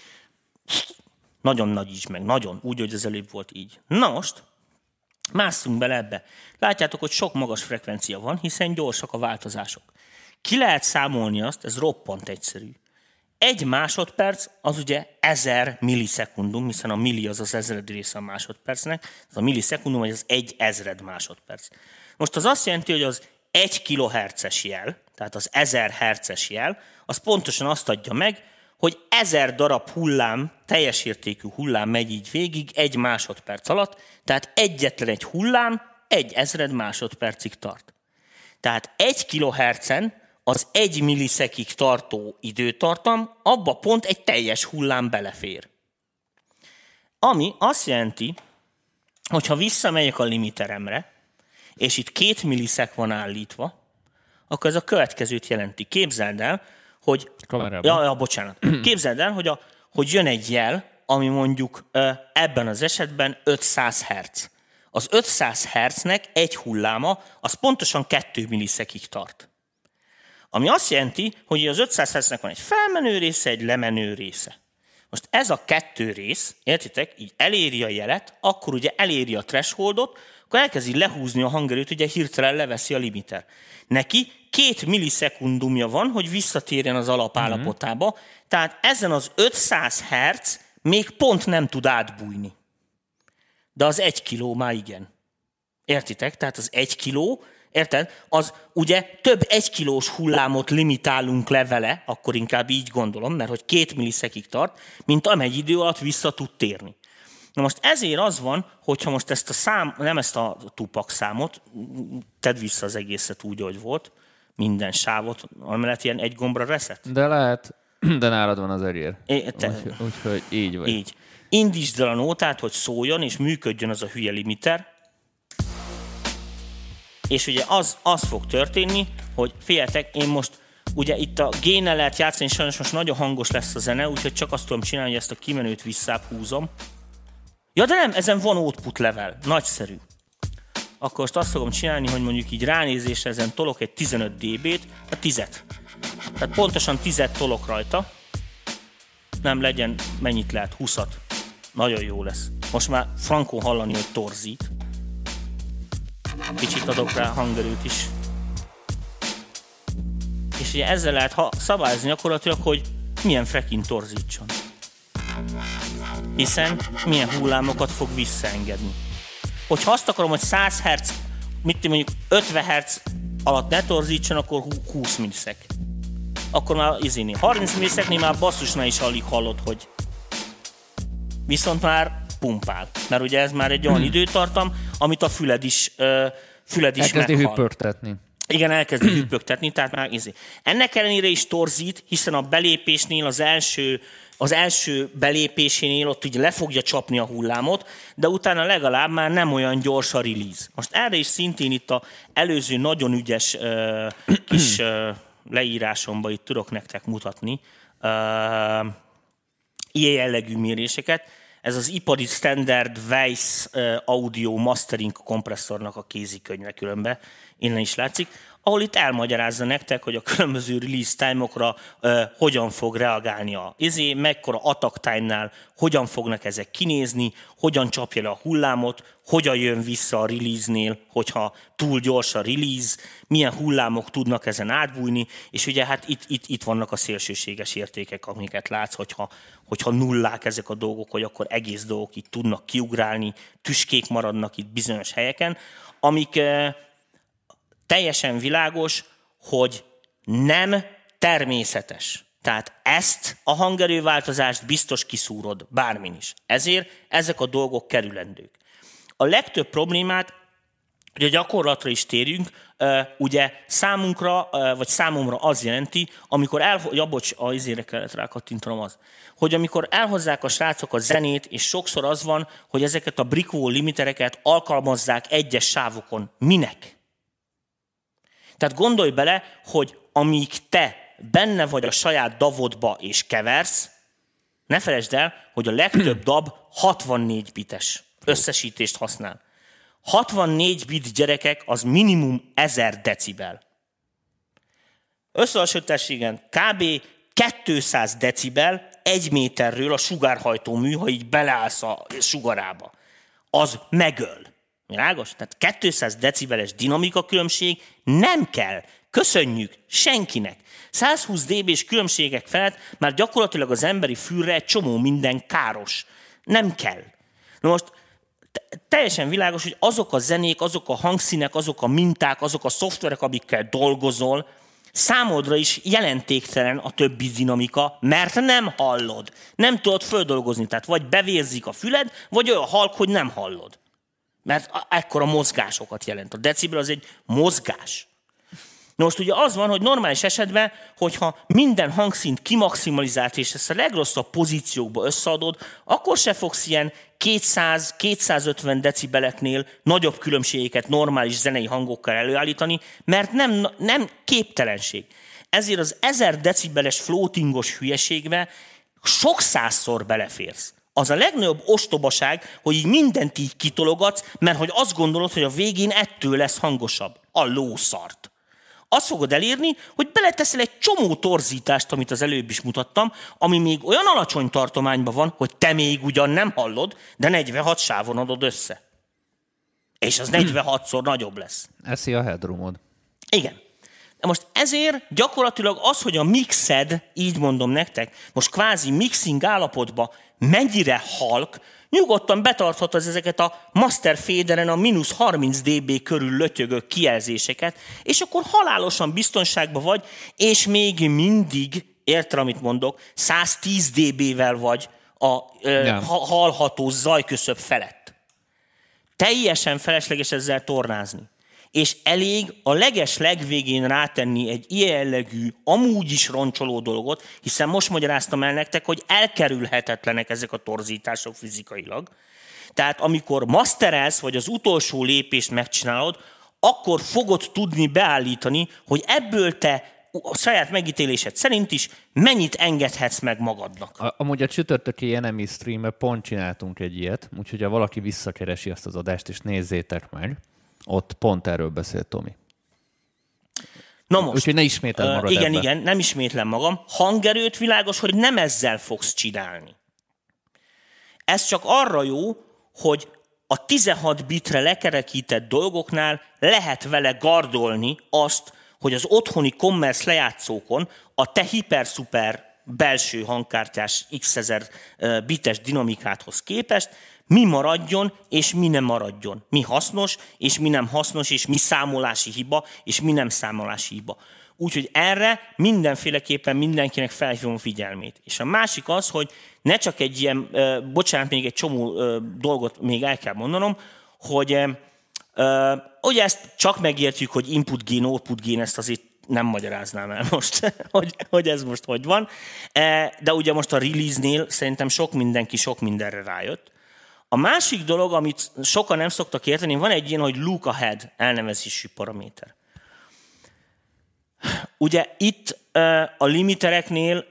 Nagyon nagy így meg, nagyon, úgy, hogy az előbb volt így. Na most, másszunk bele ebbe. Látjátok, hogy sok magas frekvencia van, hiszen gyorsak a változások. Ki lehet számolni azt, ez roppant egyszerű. Egy másodperc az ugye ezer millisekundum, hiszen a milli az az ezred része a másodpercnek, ez a millisekundum, vagy az egy ezred másodperc. Most az azt jelenti, hogy az egy kilohertzes jel, tehát az ezer hertzes jel, az pontosan azt adja meg, hogy ezer darab hullám, teljes értékű hullám megy így végig egy másodperc alatt, tehát egyetlen egy hullám egy ezred másodpercig tart. Tehát egy kilohertzen az egy millisekig tartó időtartam, abba pont egy teljes hullám belefér. Ami azt jelenti, hogy ha visszamegyek a limiteremre, és itt két milliszek van állítva, akkor ez a következőt jelenti. Képzeld el, hogy... Ja, ja, bocsánat. Képzeld el, hogy, a, hogy jön egy jel, ami mondjuk ebben az esetben ötszáz hertz. Az ötszáz hertznek egy hulláma, az pontosan két millisekig tart. Ami azt jelenti, hogy az ötszáz hertznek van egy felmenő része, egy lemenő része. Most ez a kettő rész, értitek, így eléri a jelet, akkor ugye eléri a thresholdot, akkor elkezdi lehúzni a hangerőt, ugye hirtelen leveszi a limiter. Neki két millisekundumja van, hogy visszatérjen az alapállapotába, mm-hmm. tehát ezen az ötszáz hertz még pont nem tud átbújni. De az egy kiló már igen. Értitek? Tehát az egy kiló, érted? Az ugye több egy kilós hullámot limitálunk le vele, akkor inkább így gondolom, mert hogy két millisekig tart, mint amely idő alatt vissza tud térni. Na most ezért az van, hogyha most ezt a szám, nem ezt a Tupac számot, tedd vissza az egészet úgy, hogy volt, minden sávot, amellett ilyen egy gombra reset. De lehet, de nálad van az erér. Úgyhogy úgy, így vagy. Így. Indítsd el a nótát, hogy szóljon, és működjön az a hülye limiter. És ugye az, az fog történni, hogy figyeljetek, én most ugye itt a génnel lehet játszani, sajnos most nagyon hangos lesz a zene, úgyhogy csak azt tudom csinálni, hogy ezt a kimenőt visszább húzom. Ja, de nem, ezen van output level. Nagyszerű. Akkor most azt fogom csinálni, hogy mondjuk így ránézésre ezen tolok egy tizenöt dB-t, a tízet. Tehát pontosan tízet tolok rajta. Nem legyen, mennyit lehet? húszat. Nagyon jó lesz. Most már frankon hallani, hogy torzít. Kicsit adok rá hangerőt is. És ugye ezzel lehet ha szabályozni gyakorlatilag, hogy milyen frekin torzítson. Hiszen milyen hullámokat fog visszaengedni. Hogyha azt akarom, hogy száz hertz, mit mondjuk ötven hertz alatt ne torzítson, akkor húsz milliszek. Akkor már izéni. harminc milliszeknél már basszusnál is alig hallod, hogy viszont már pumpál. Mert ugye ez már egy olyan időtartam, amit a füled is, uh, füled is elkezdi meghal. hüppögtetni. Igen, elkezdi hüppögtetni, tehát már izé. Ennek ellenére is torzít, hiszen a belépésnél az első az első belépésénél ott ugye le fogja csapni a hullámot, de utána legalább már nem olyan gyors a release. Most erre is szintén itt az előző nagyon ügyes uh, kis uh, leírásomban itt tudok nektek mutatni uh, ilyen jellegű méréseket. Ez az ipari Standard Weiss uh, Audio Mastering kompresszornak a kézikönyve különben, innen is látszik, ahol itt elmagyarázza nektek, hogy a különböző release time-okra uh, hogyan fog reagálni a izé, mekkora attack time-nál, hogyan fognak ezek kinézni, hogyan csapja le a hullámot, hogyan jön vissza a release-nél, hogyha túl gyors a release, milyen hullámok tudnak ezen átbújni, és ugye hát itt, itt, itt vannak a szélsőséges értékek, amiket látsz, hogyha, hogyha nullák ezek a dolgok, hogy akkor egész dolgok itt tudnak kiugrálni, tüskék maradnak itt bizonyos helyeken, amik uh, teljesen világos, hogy nem természetes. Tehát ezt a hangerőváltozást biztos kiszúrod bármin is. Ezért ezek a dolgok kerülendők. A legtöbb problémát, hogy a gyakorlatra is térjünk, ugye számunkra, vagy számomra az jelenti, amikor el, ja, bocs, a izére kellett rákattintanom az, hogy amikor elhozzák a srácok a zenét, és sokszor az van, hogy ezeket a Brickwall limitereket alkalmazzák egyes sávokon. Minek? Tehát gondolj bele, hogy amíg te benne vagy a saját davodba és keversz, ne felejtsd el, hogy a legtöbb dab hatvannégy bites összesítést használ. hatvannégy bit gyerekek az minimum ezer decibel. Összehasonlításképpen kb. kétszáz decibel egy méterről a sugárhajtó mű, ha így beleállsz a sugarába. Az megöl. Világos? Tehát kétszáz decibeles dinamika különbség nem kell. Köszönjük senkinek. száz húsz dB-s különbségek felett már gyakorlatilag az emberi fülre egy csomó minden káros. Nem kell. Na most teljesen világos, hogy azok a zenék, azok a hangszínek, azok a minták, azok a szoftverek, amikkel dolgozol, számodra is jelentéktelen a többi dinamika, mert nem hallod. Nem tudod földolgozni, tehát vagy bevérzik a füled, vagy olyan halk, hogy nem hallod. Mert ekkora mozgásokat jelent. A decibel az egy mozgás. Na most ugye az van, hogy normális esetben, hogyha minden hangszínt kimaximalizált, és ezt a legrosszabb pozíciókba összeadod, akkor se fogsz ilyen kétszáz-kétszázötven decibeleknél nagyobb különbségeket normális zenei hangokkal előállítani, mert nem, nem képtelenség. Ezért az ezer decibeles floatingos hülyeségbe sok százszor beleférsz. Az a legnagyobb ostobaság, hogy így mindent így kitologatsz, mert hogy azt gondolod, hogy a végén ettől lesz hangosabb. A lószart. Azt fogod elérni, hogy beleteszel egy csomó torzítást, amit az előbb is mutattam, ami még olyan alacsony tartományban van, hogy te még ugyan nem hallod, de negyvenhat sávon adod össze. És az negyvenhatszor nagyobb lesz. Eszi a headroomod. Igen. De most ezért gyakorlatilag az, hogy a mixed, így mondom nektek, most kvázi mixing állapotban mennyire halk, nyugodtan betarthatod ezeket a master faderen a mínusz harminc dB körül lötyögő kijelzéseket, és akkor halálosan biztonságban vagy, és még mindig, érted, amit mondok, száztíz dB-vel vagy a ö, hallható zajküszöb felett. Teljesen felesleges ezzel tornázni. És elég a leges legvégén rátenni egy ilyen jellegű, amúgy is roncsoló dolgot, hiszen most magyaráztam el nektek, hogy elkerülhetetlenek ezek a torzítások fizikailag. Tehát amikor masterelsz, vagy az utolsó lépést megcsinálod, akkor fogod tudni beállítani, hogy ebből te a saját megítélésed szerint is mennyit engedhetsz meg magadnak. A, amúgy a csütörtöki Enemy Stream-ben pont csináltunk egy ilyet, úgyhogy ha valaki visszakeresi azt az adást, és nézzétek meg, ott pont erről beszélt Tomi. Na most. Úgyhogy ne ismételd magad uh, Igen, ebbe. igen, nem ismétlem magam. Hangerőt világos, hogy nem ezzel fogsz csinálni. Ez csak arra jó, hogy a tizenhat bitre lekerekített dolgoknál lehet vele gardolni azt, hogy az otthoni commerce lejátszókon a te hiper-szuper belső hangkártyás x ezer bites dinamikádhoz képest mi maradjon, és mi nem maradjon. Mi hasznos, és mi nem hasznos, és mi számolási hiba, és mi nem számolási hiba. Úgyhogy erre mindenféleképpen mindenkinek felhívom figyelmét. És a másik az, hogy ne csak egy ilyen, bocsánat, még egy csomó dolgot még el kell mondanom, hogy ugye ezt csak megértjük, hogy input gain, output gain, ezt azért nem magyaráznám el most, hogy, hogy ez most hogy van. De ugye most a release-nél szerintem sok mindenki sok mindenre rájött. A másik dolog, amit sokan nem szoktak érteni, van egy ilyen, hogy look ahead elnevezésű paraméter. Ugye itt a limitereknél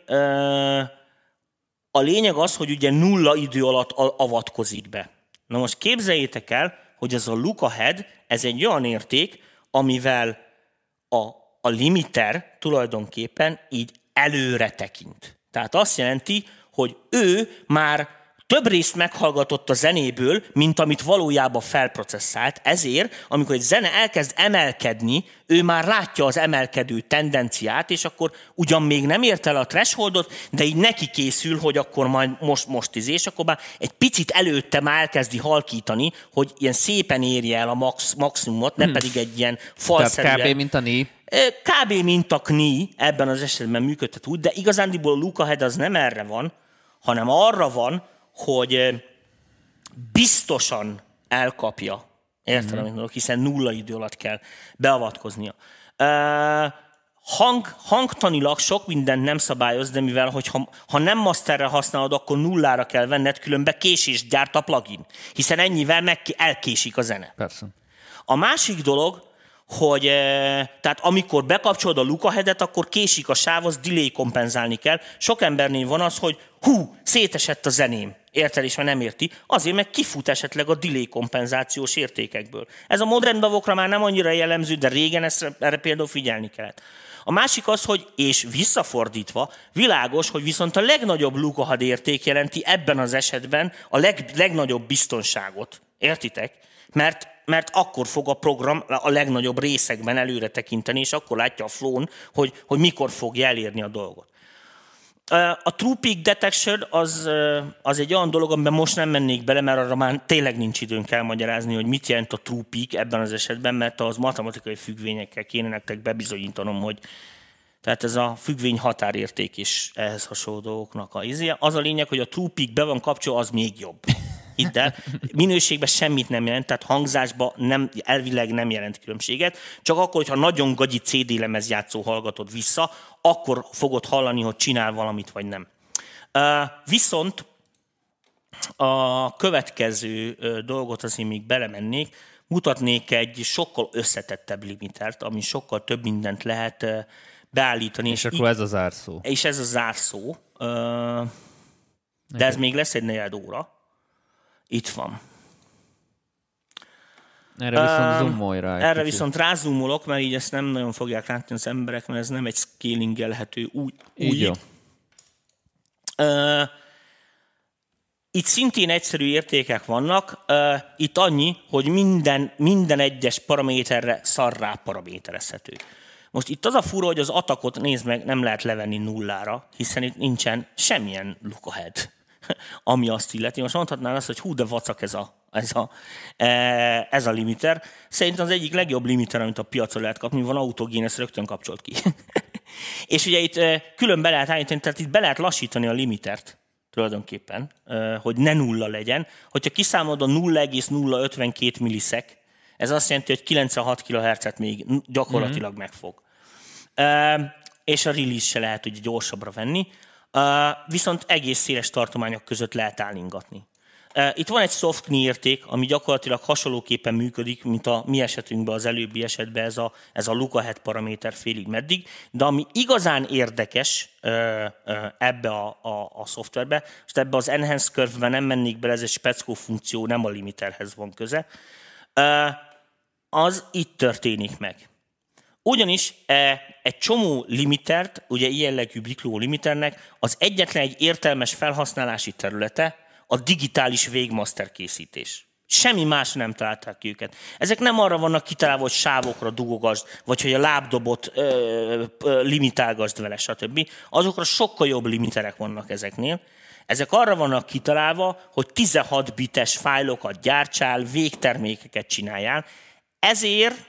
a lényeg az, hogy ugye nulla idő alatt avatkozik be. Na most képzeljétek el, hogy ez a look ahead, ez egy olyan érték, amivel a, a limiter tulajdonképpen így előre tekint. Tehát azt jelenti, hogy ő már több részt meghallgatott a zenéből, mint amit valójában felprocesszált. Ezért, amikor egy zene elkezd emelkedni, ő már látja az emelkedő tendenciát, és akkor ugyan még nem ért el a thresholdot, de így neki készül, hogy akkor majd most, most izé, és akkor már egy picit előtte már elkezdi halkítani, hogy ilyen szépen érje el a max, maximumot, ne hmm. pedig egy ilyen falszerűen. Tehát kb. Mint a né. Kb. Mint a kni, ebben az esetben működhet úgy, de igazándiból a look ahead az nem erre van, hanem arra van, hogy biztosan elkapja, Érted, mm-hmm. amit mondok, hiszen nulla idő alatt kell beavatkoznia. Uh, hang, hangtanilag sok mindent nem szabályoz, de mivel, hogy ha, ha nem masterre használod, akkor nullára kell venned, különben késést gyárt a plugin, hiszen ennyivel meg elkésik a zene. Persze. A másik dolog, hogy tehát amikor bekapcsolod a Lucaheadet, akkor késik a sáv, az delay kompenzálni kell. Sok embernél van az, hogy hú, szétesett a zeném. Érted is, mert nem érti. Azért meg kifut esetleg a delay kompenzációs értékekből. Ez a modern davokra már nem annyira jellemző, de régen ezt, erre például figyelni kellett. A másik az, hogy, és visszafordítva, világos, hogy viszont a legnagyobb Lucahead érték jelenti ebben az esetben a leg, legnagyobb biztonságot. Értitek? Mert mert akkor fog a program a legnagyobb részekben előre tekinteni, és akkor látja a flow-n, hogy, hogy mikor fogja elérni a dolgot. A True Peak Detection az, az egy olyan dolog, amiben most nem mennék bele, mert arra már tényleg nincs időnk elmagyarázni, hogy mit jelent a True Peak ebben az esetben, mert az matematikai függvényekkel kéne nektek bebizonyítanom, hogy tehát ez a függvény határérték is ehhez hasonló dolgoknak a izé. Az a lényeg, hogy a True Peak be van kapcsolva, az még jobb. Hidd el, minőségben semmit nem jelent, tehát hangzásban nem, elvileg nem jelent különbséget, csak akkor, hogyha nagyon gagyi cé dé lemezjátszó hallgatod vissza, akkor fogod hallani, hogy csinál valamit, vagy nem. Uh, viszont a következő uh, dolgot azért még belemennék, mutatnék egy sokkal összetettebb limitert, ami sokkal több mindent lehet uh, beállítani. És, és akkor így, ez a zárszó. És ez a zárszó. Uh, de ez még lesz egy negyed óra. Itt van. Erre viszont zoomolj rá. Erre kicsit. viszont rázoomolok, mert így ezt nem nagyon fogják látni az emberek, mert ez nem egy scalingelhető új. Így jó. Uh, itt szintén egyszerű értékek vannak. Uh, itt annyi, hogy minden, minden egyes paraméterre szarrá paraméterezhető. Most itt az a fura, hogy az atakot, nézd meg, nem lehet levenni nullára, hiszen itt nincsen semmilyen Lucahead, ami azt illeti. Most mondhatnál azt, hogy hú, de vacak ez a, ez a, ez a limiter. Szerintem az egyik legjobb limiter, amit a piacon lehet kapni, van autogén, ezt rögtön kapcsolt ki. És ugye itt külön be lehet állítani, tehát itt be lehet lassítani a limitert tulajdonképpen, hogy ne nulla legyen. Hogyha kiszámolod a nulla egész nulla ötvenkét milliszek, ez azt jelenti, hogy kilencvenhat kilohertzet még gyakorlatilag mm-hmm. megfog. És a release se lehet ugye gyorsabbra venni. Uh, viszont egész széles tartományok között lehet állingatni. Uh, itt van egy soft knee érték, ami gyakorlatilag hasonlóképpen működik, mint a mi esetünkben, az előbbi esetben ez a, ez a Lucahead paraméter félig meddig, de ami igazán érdekes uh, uh, ebbe a, a, a szoftverbe, és ebbe az Enhanced Curve-ben nem mennék bele, ez egy speckó funkció, nem a limiterhez van köze, uh, az itt történik meg. Ugyanis egy csomó limitert, ugye ilyen jellegű Bikló limiternek az egyetlen egy értelmes felhasználási területe a digitális végmaster készítés. Semmi más nem találták ki őket. Ezek nem arra vannak kitalálva, hogy sávokra dugogasd, vagy hogy a lábdobot ö, ö, limitálgasd vele, stb. Azokra sokkal jobb limiterek vannak ezeknél. Ezek arra vannak kitalálva, hogy tizenhat bites fájlokat gyártsál, végtermékeket csináljál. Ezért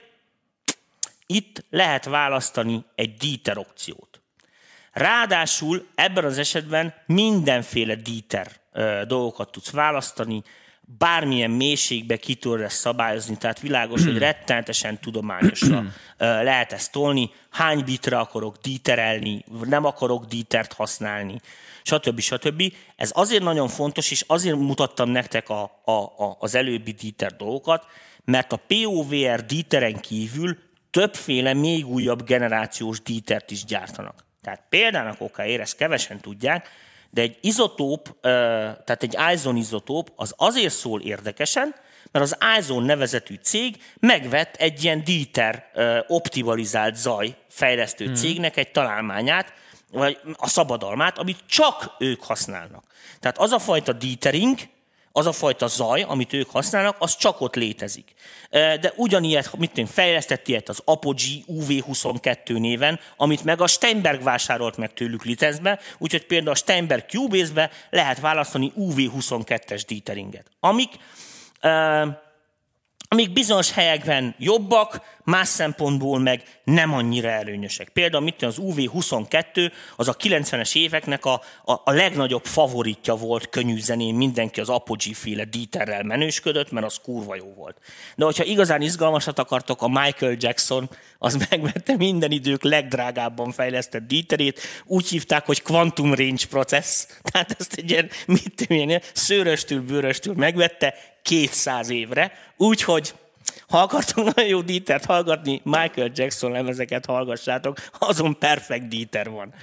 itt lehet választani egy díter opciót. Ráadásul ebben az esetben mindenféle díter ö, dolgokat tudsz választani, bármilyen mélységbe ki tudod ezt szabályozni, tehát világos, hogy rettenetesen tudományosra ö, lehet ezt tolni, hány bitre akarok díterelni, nem akarok dítert használni, stb. stb. Ez azért nagyon fontos, és azért mutattam nektek a, a, a, az előbbi díter dolgokat, mert a pé o vé er díteren kívül többféle még újabb generációs dítert is gyártanak. Tehát példának okáért, ezt kevesen tudják, de egy izotóp, tehát egy Izone izotóp az azért szól érdekesen, mert az Izone nevezetű cég megvett egy ilyen díter optimalizált zaj fejlesztő hmm. cégnek egy találmányát, vagy a szabadalmát, amit csak ők használnak. Tehát az a fajta dítering, az a fajta zaj, amit ők használnak, az csak ott létezik. De ugyanilyet, mit tudom, fejlesztett ilyet az Apogee U V huszonkettő néven, amit meg a Steinberg vásárolt meg tőlük licencbe, úgyhogy például a Steinberg Cubase-be lehet választani U V huszonkettes diteringet. Amik, amik bizonyos helyekben jobbak, más szempontból meg nem annyira előnyösek. Például mit az U V huszonkettő, az a kilencvenes éveknek a, a, a legnagyobb favoritja volt könnyű zenén, mindenki az Apogee-féle Dieterrel menősködött, mert az kurva jó volt. De hogyha igazán izgalmasat akartok, a Michael Jackson az megvette minden idők legdrágábban fejlesztett Dieterét, úgy hívták, hogy Quantum Range Process, tehát ezt egy ilyen, mit ilyen, szőröstül, bőröstül megvette kétszáz évre, úgyhogy ha akartok nagyon jó Dietert hallgatni, Michael Jackson lemezeket hallgassátok, azon perfekt Dieter van.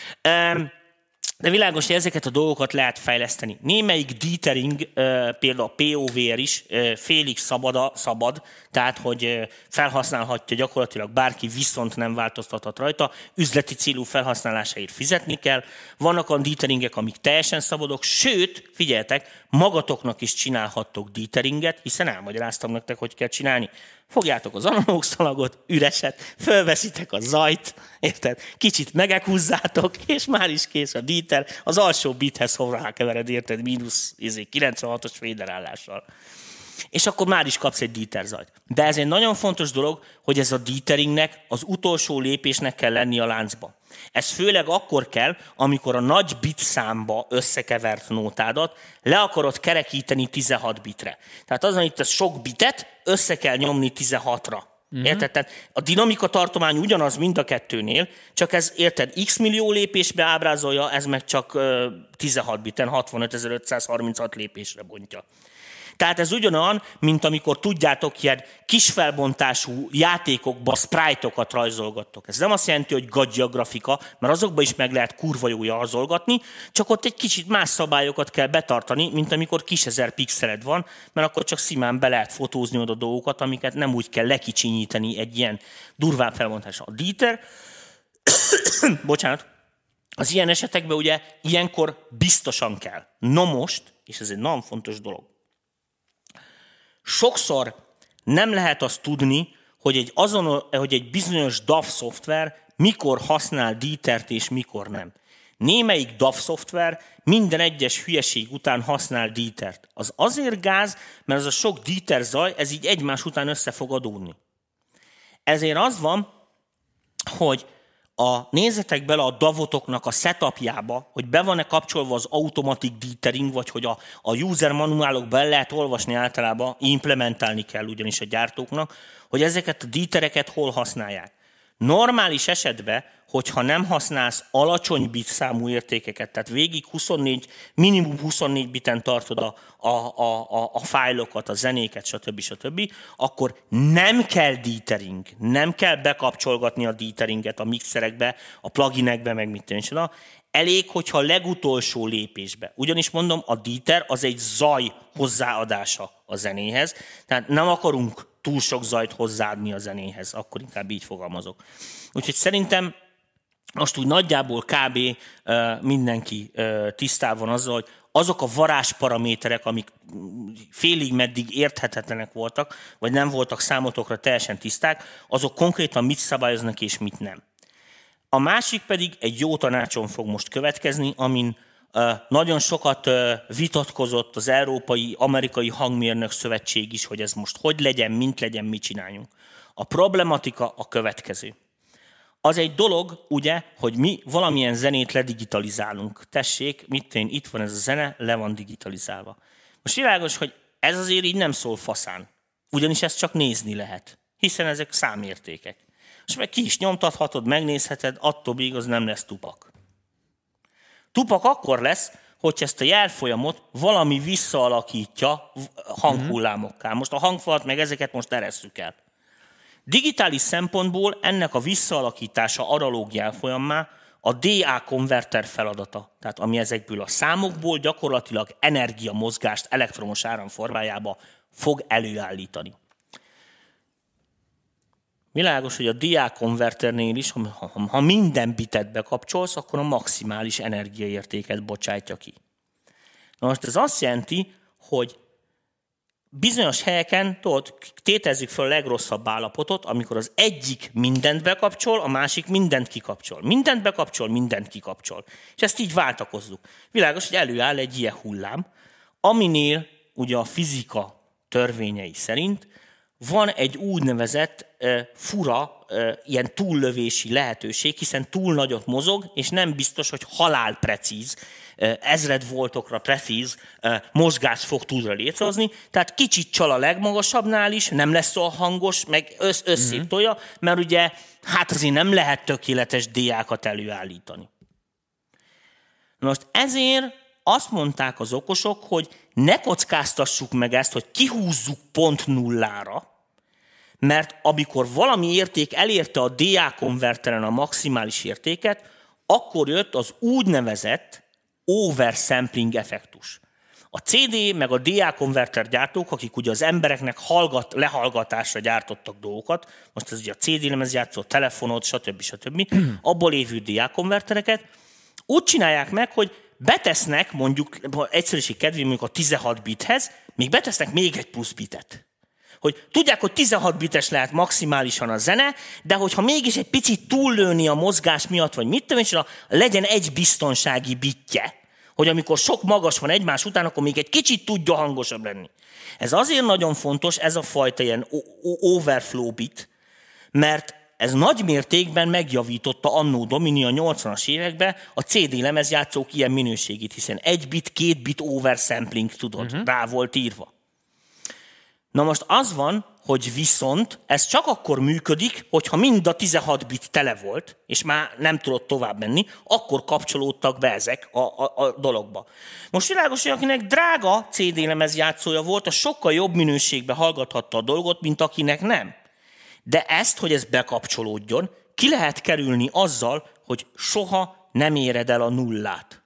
De világos, hogy ezeket a dolgokat lehet fejleszteni. Némelyik Dietering, például a pé o vé er is félig szabad, szabad, tehát hogy felhasználhatja gyakorlatilag bárki, viszont nem változtathat rajta, üzleti célú felhasználásáért fizetni kell. Vannak olyan Dieteringek, amik teljesen szabadok, sőt, figyeljetek, magatoknak is csinálhattok Dieteringet, hiszen elmagyaráztam nektek, hogy kell csinálni. Fogjátok az analóg szalagot, üreset, fölveszitek a zajt, érted? Kicsit megehúzzátok, és már is kész a Dieter, az alsó bithez hozzá kevered, érted, mínusz kilencvenhatos féderállással. És akkor már is kapsz egy Dieter zajt. De ez egy nagyon fontos dolog, hogy ez a Dieteringnek az utolsó lépésnek kell lenni a láncba. Ez főleg akkor kell, amikor a nagy bit számba összekevert nótádat le akarod kerekíteni tizenhat bitre. Tehát azon itt a sok bitet össze kell nyomni tizenhatra. Uh-huh. Érted? Tehát a dinamika tartomány ugyanaz mind a kettőnél, csak ez, érted, x millió lépésbe ábrázolja, ez meg csak uh, tizenhat biten hatvanötezer-ötszázharminchat lépésre bontja. Tehát ez ugyanolyan, mint amikor tudjátok, ilyen kisfelbontású játékokba sprite-okat rajzolgattok. Ez nem azt jelenti, hogy gadja grafika, mert azokba is meg lehet kurva jó rajzolgatni, csak ott egy kicsit más szabályokat kell betartani, mint amikor kisezer pixeled van, mert akkor csak szimán be lehet fotózni oda dolgokat, amiket nem úgy kell lekicsinyíteni egy ilyen durvább felbontásra. A Dieter, bocsánat, az ilyen esetekben ugye ilyenkor biztosan kell. No most, és ez egy nagyon fontos dolog, sokszor nem lehet azt tudni, hogy egy, azon, hogy egy bizonyos dé á vé szoftver mikor használ Dietert és mikor nem. Némelyik dé á vé szoftver minden egyes hülyeség után használ Dietert. Az azért gáz, mert az a sok Dieter zaj, ez így egymás után össze fog adódni. Ezért az van, hogy a, nézzetek bele a davotoknak a setupjába, hogy be van-e kapcsolva az automatic Dietering, vagy hogy a, a user manuálokba el lehet olvasni általában, implementálni kell ugyanis a gyártóknak, hogy ezeket a Dietereket hol használják. Normális esetben, hogyha nem használsz alacsony bit számú értékeket, tehát végig huszonnégy, minimum huszonnégy biten tartod a, a, a, a, a fájlokat, a zenéket, stb. stb., akkor nem kell Dietering, nem kell bekapcsolgatni a Dieteringet a mixerekbe, a pluginekbe, meg mit tűncsen. Elég, hogyha a legutolsó lépésbe. Ugyanis mondom, a Dieter az egy zaj hozzáadása a zenéhez, tehát nem akarunk túl sok zajt hozzáadni a zenéhez, akkor inkább így fogalmazok. Úgyhogy szerintem most úgy nagyjából kb. Mindenki tisztában azzal, hogy azok a varázsparaméterek, amik félig meddig érthetetlenek voltak, vagy nem voltak számotokra teljesen tiszták, azok konkrétan mit szabályoznak és mit nem. A másik pedig egy jó tanácson fog most következni, amin nagyon sokat vitatkozott az Európai Amerikai Hangmérnök Szövetség is, hogy ez most hogy legyen, mint legyen, mit csináljunk. A problematika a következő. Az egy dolog, ugye, hogy mi valamilyen zenét ledigitalizálunk. Tessék, mit én, itt van ez a zene, le van digitalizálva. Most világos, hogy ez azért így nem szól faszán. Ugyanis ezt csak nézni lehet, hiszen ezek számértékek. És meg ki is nyomtathatod, megnézheted, attól még az nem lesz tupak. Tupak akkor lesz, hogy ezt a jelfolyamot valami visszaalakítja hanghullámokká. Most a hangfalat meg ezeket most eresszük el. Digitális szempontból ennek a visszaalakítása analóg jelfolyammá a dé á konverter feladata, tehát ami ezekből a számokból gyakorlatilag energiamozgást elektromos áram formájába fog előállítani. Világos, hogy a dé á konverternél is, ha, ha, ha minden bitet bekapcsolsz, akkor a maximális energiaértéket bocsátja ki. Na most ez azt jelenti, hogy bizonyos helyeken, tudod, tétezzük fel a legrosszabb állapotot, amikor az egyik mindent bekapcsol, a másik mindent kikapcsol. Mindent bekapcsol, mindent kikapcsol. És ezt így váltakozzuk. Világos, hogy előáll egy ilyen hullám, aminél ugye a fizika törvényei szerint van egy úgynevezett uh, fura, uh, ilyen túllövési lehetőség, hiszen túl nagyot mozog, és nem biztos, hogy halálprecíz, uh, ezred voltokra precíz uh, mozgást fog tudra létrehozni. Tehát kicsit csal a legmagasabbnál is, nem lesz olyan hangos, meg össz- összétolja, mert ugye hát azért nem lehet tökéletes díjákat előállítani. Most ezért azt mondták az okosok, hogy ne kockáztassuk meg ezt, hogy kihúzzuk pont nullára, mert amikor valami érték elérte a dé á konverteren a maximális értéket, akkor jött az úgynevezett oversampling effektus. A cé dé meg a dé á konverter gyártók, akik ugye az embereknek hallgat, lehallgatásra gyártottak dolgokat, most ez ugye a cé dé lemezjátszó, telefonod, stb. stb. Abból lévő dé á konvertereket, úgy csinálják meg, hogy betesznek mondjuk egyszerűség kedvéért mondjuk a tizenhat bithez, még betesznek még egy plusz bitet. Hogy tudják, hogy tizenhat bites lehet maximálisan a zene, de hogyha mégis egy picit túllőni a mozgás miatt, vagy mit tudom, és legyen egy biztonsági bitje, hogy amikor sok magas van egymás után, akkor még egy kicsit tudja hangosabb lenni. Ez azért nagyon fontos, ez a fajta ilyen overflow bit, mert ez nagy mértékben megjavította annó Domini a nyolcvanas években a cé dé lemezjátszók ilyen minőségét, hiszen egy bit, két bit oversampling tudod, uh-huh. rá volt írva. Na most az van, hogy viszont ez csak akkor működik, hogyha mind a tizenhat bit tele volt, és már nem tudott tovább menni, akkor kapcsolódtak be ezek a, a, a dologba. Most világos, hogy akinek drága cé dé lemezjátszója volt, az sokkal jobb minőségben hallgathatta a dolgot, mint akinek nem. De ezt, hogy ez bekapcsolódjon, ki lehet kerülni azzal, hogy soha nem éred el a nullát.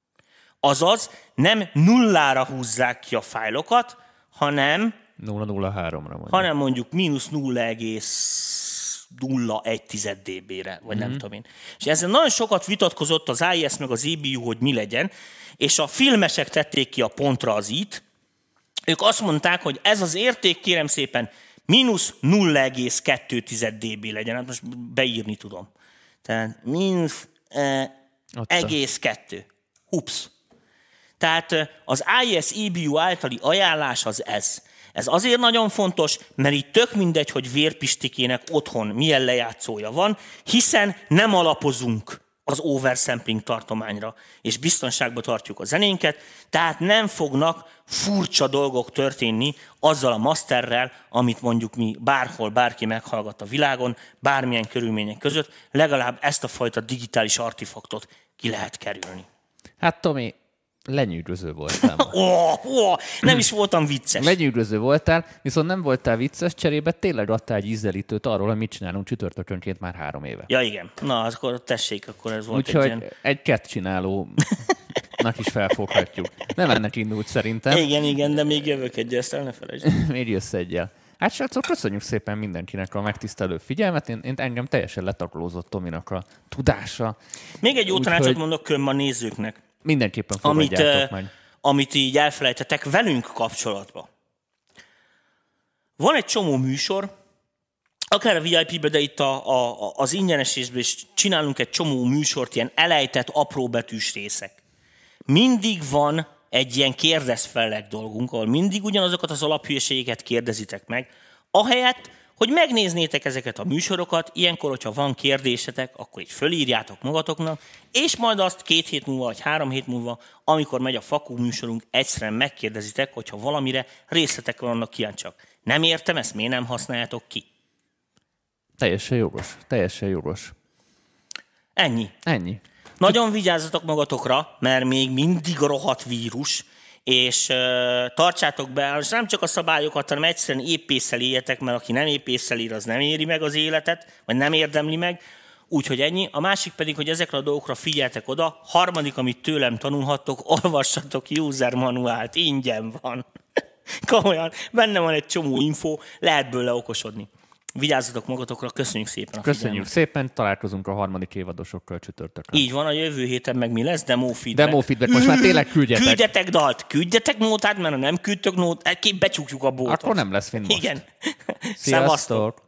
Azaz nem nullára húzzák ki a fájlokat, hanem nulla nulla háromra mondjuk. hanem mondjuk mínusz nulla egész nulla egy dB-re, vagy mm-hmm. nem tudom én. És ezzel nagyon sokat vitatkozott az i es meg az é bé u, hogy mi legyen, és a filmesek tették ki a pontra az i-t. Ők azt mondták, hogy ez az érték, kérem szépen, mínusz nulla egész kettő dB legyen. Hát most beírni tudom. Tehát mínusz eh, egész kettő. Hups. Tehát az i es é bé u általi ajánlás az ez. Ez azért nagyon fontos, mert így tök mindegy, hogy vérpistikének otthon milyen lejátszója van, hiszen nem alapozunk az oversampling tartományra, és biztonságban tartjuk a zenénket, tehát nem fognak furcsa dolgok történni azzal a masterrel, amit mondjuk mi bárhol, bárki meghallgat a világon, bármilyen körülmények között, legalább ezt a fajta digitális artefaktot ki lehet kerülni. Hát Tomi, lenyűgöző voltál. oh, oh, nem is voltam vicces. Lenyűgöző voltál, viszont nem voltál vicces, cserébe tényleg adtál egy ízlelítőt arról, hogy mit csinálunk csütörtökönként már három éve. Ja, igen. Na, akkor tessék, akkor ez volt Úgyhogy egy ilyen... egy kett csinálónak is felfoghatjuk. Nem ennek indult szerintem. Igen, igen, de még jövök egyel, ezt el ne felejtsd. Még jössz egyel. Hát srácok, köszönjük szépen mindenkinek a megtisztelő figyelmet. Én, én engem teljesen letaglózott Tominak a tudása. Még egy jó Úgy, tanácsot hogy... mondok különben a nézőknek. Mindenképpen fogadjátok amit, meg. Amit így elfelejtetek velünk kapcsolatban. Van egy csomó műsor, akár a vé i pé-be, de itt a, a, az ingyenesésben is csinálunk egy csomó műsort, ilyen elejtett, apróbetűs részek. Mindig van egy ilyen kérdezfelleg dolgunk, ahol mindig ugyanazokat az alaphülyeségeket kérdezitek meg, ahelyett, hogy megnéznétek ezeket a műsorokat, ilyenkor, hogyha van kérdésetek, akkor így fölírjátok magatoknak, és majd azt két hét múlva, vagy három hét múlva, amikor megy a fakú műsorunk, egyszerűen megkérdezitek, hogyha valamire részletek vannak kíváncsiak. Nem értem, ezt miért nem használjátok ki? Teljesen jogos, teljesen jogos. Ennyi. Ennyi. Nagyon vigyázzatok magatokra, mert még mindig a rohadt vírus, és uh, tartsátok be, és nem csak a szabályokat, hanem egyszerűen épésszel éljetek, mert aki nem épésszel ír, az nem éri meg az életet, vagy nem érdemli meg. Úgyhogy ennyi. A másik pedig, hogy ezekre a dolgokra figyeltek oda. Harmadik, amit tőlem tanulhattok, olvassatok user manuált, ingyen van. Komolyan, benne van egy csomó info, lehet bőle okosodni. Vigyázzatok magatokra, köszönjük szépen a Köszönjük figyelmet. szépen, találkozunk a harmadik évadosokkal csütörtökön. Így van, a jövő héten meg mi lesz? Demo feedback. Demo feedback, most már tényleg küldjetek. Küldjetek dalt, küldjetek nótát, mert ha nem küldtök nótát, becsukjuk a boltot. Akkor nem lesz finn most. Igen. Sziasztok!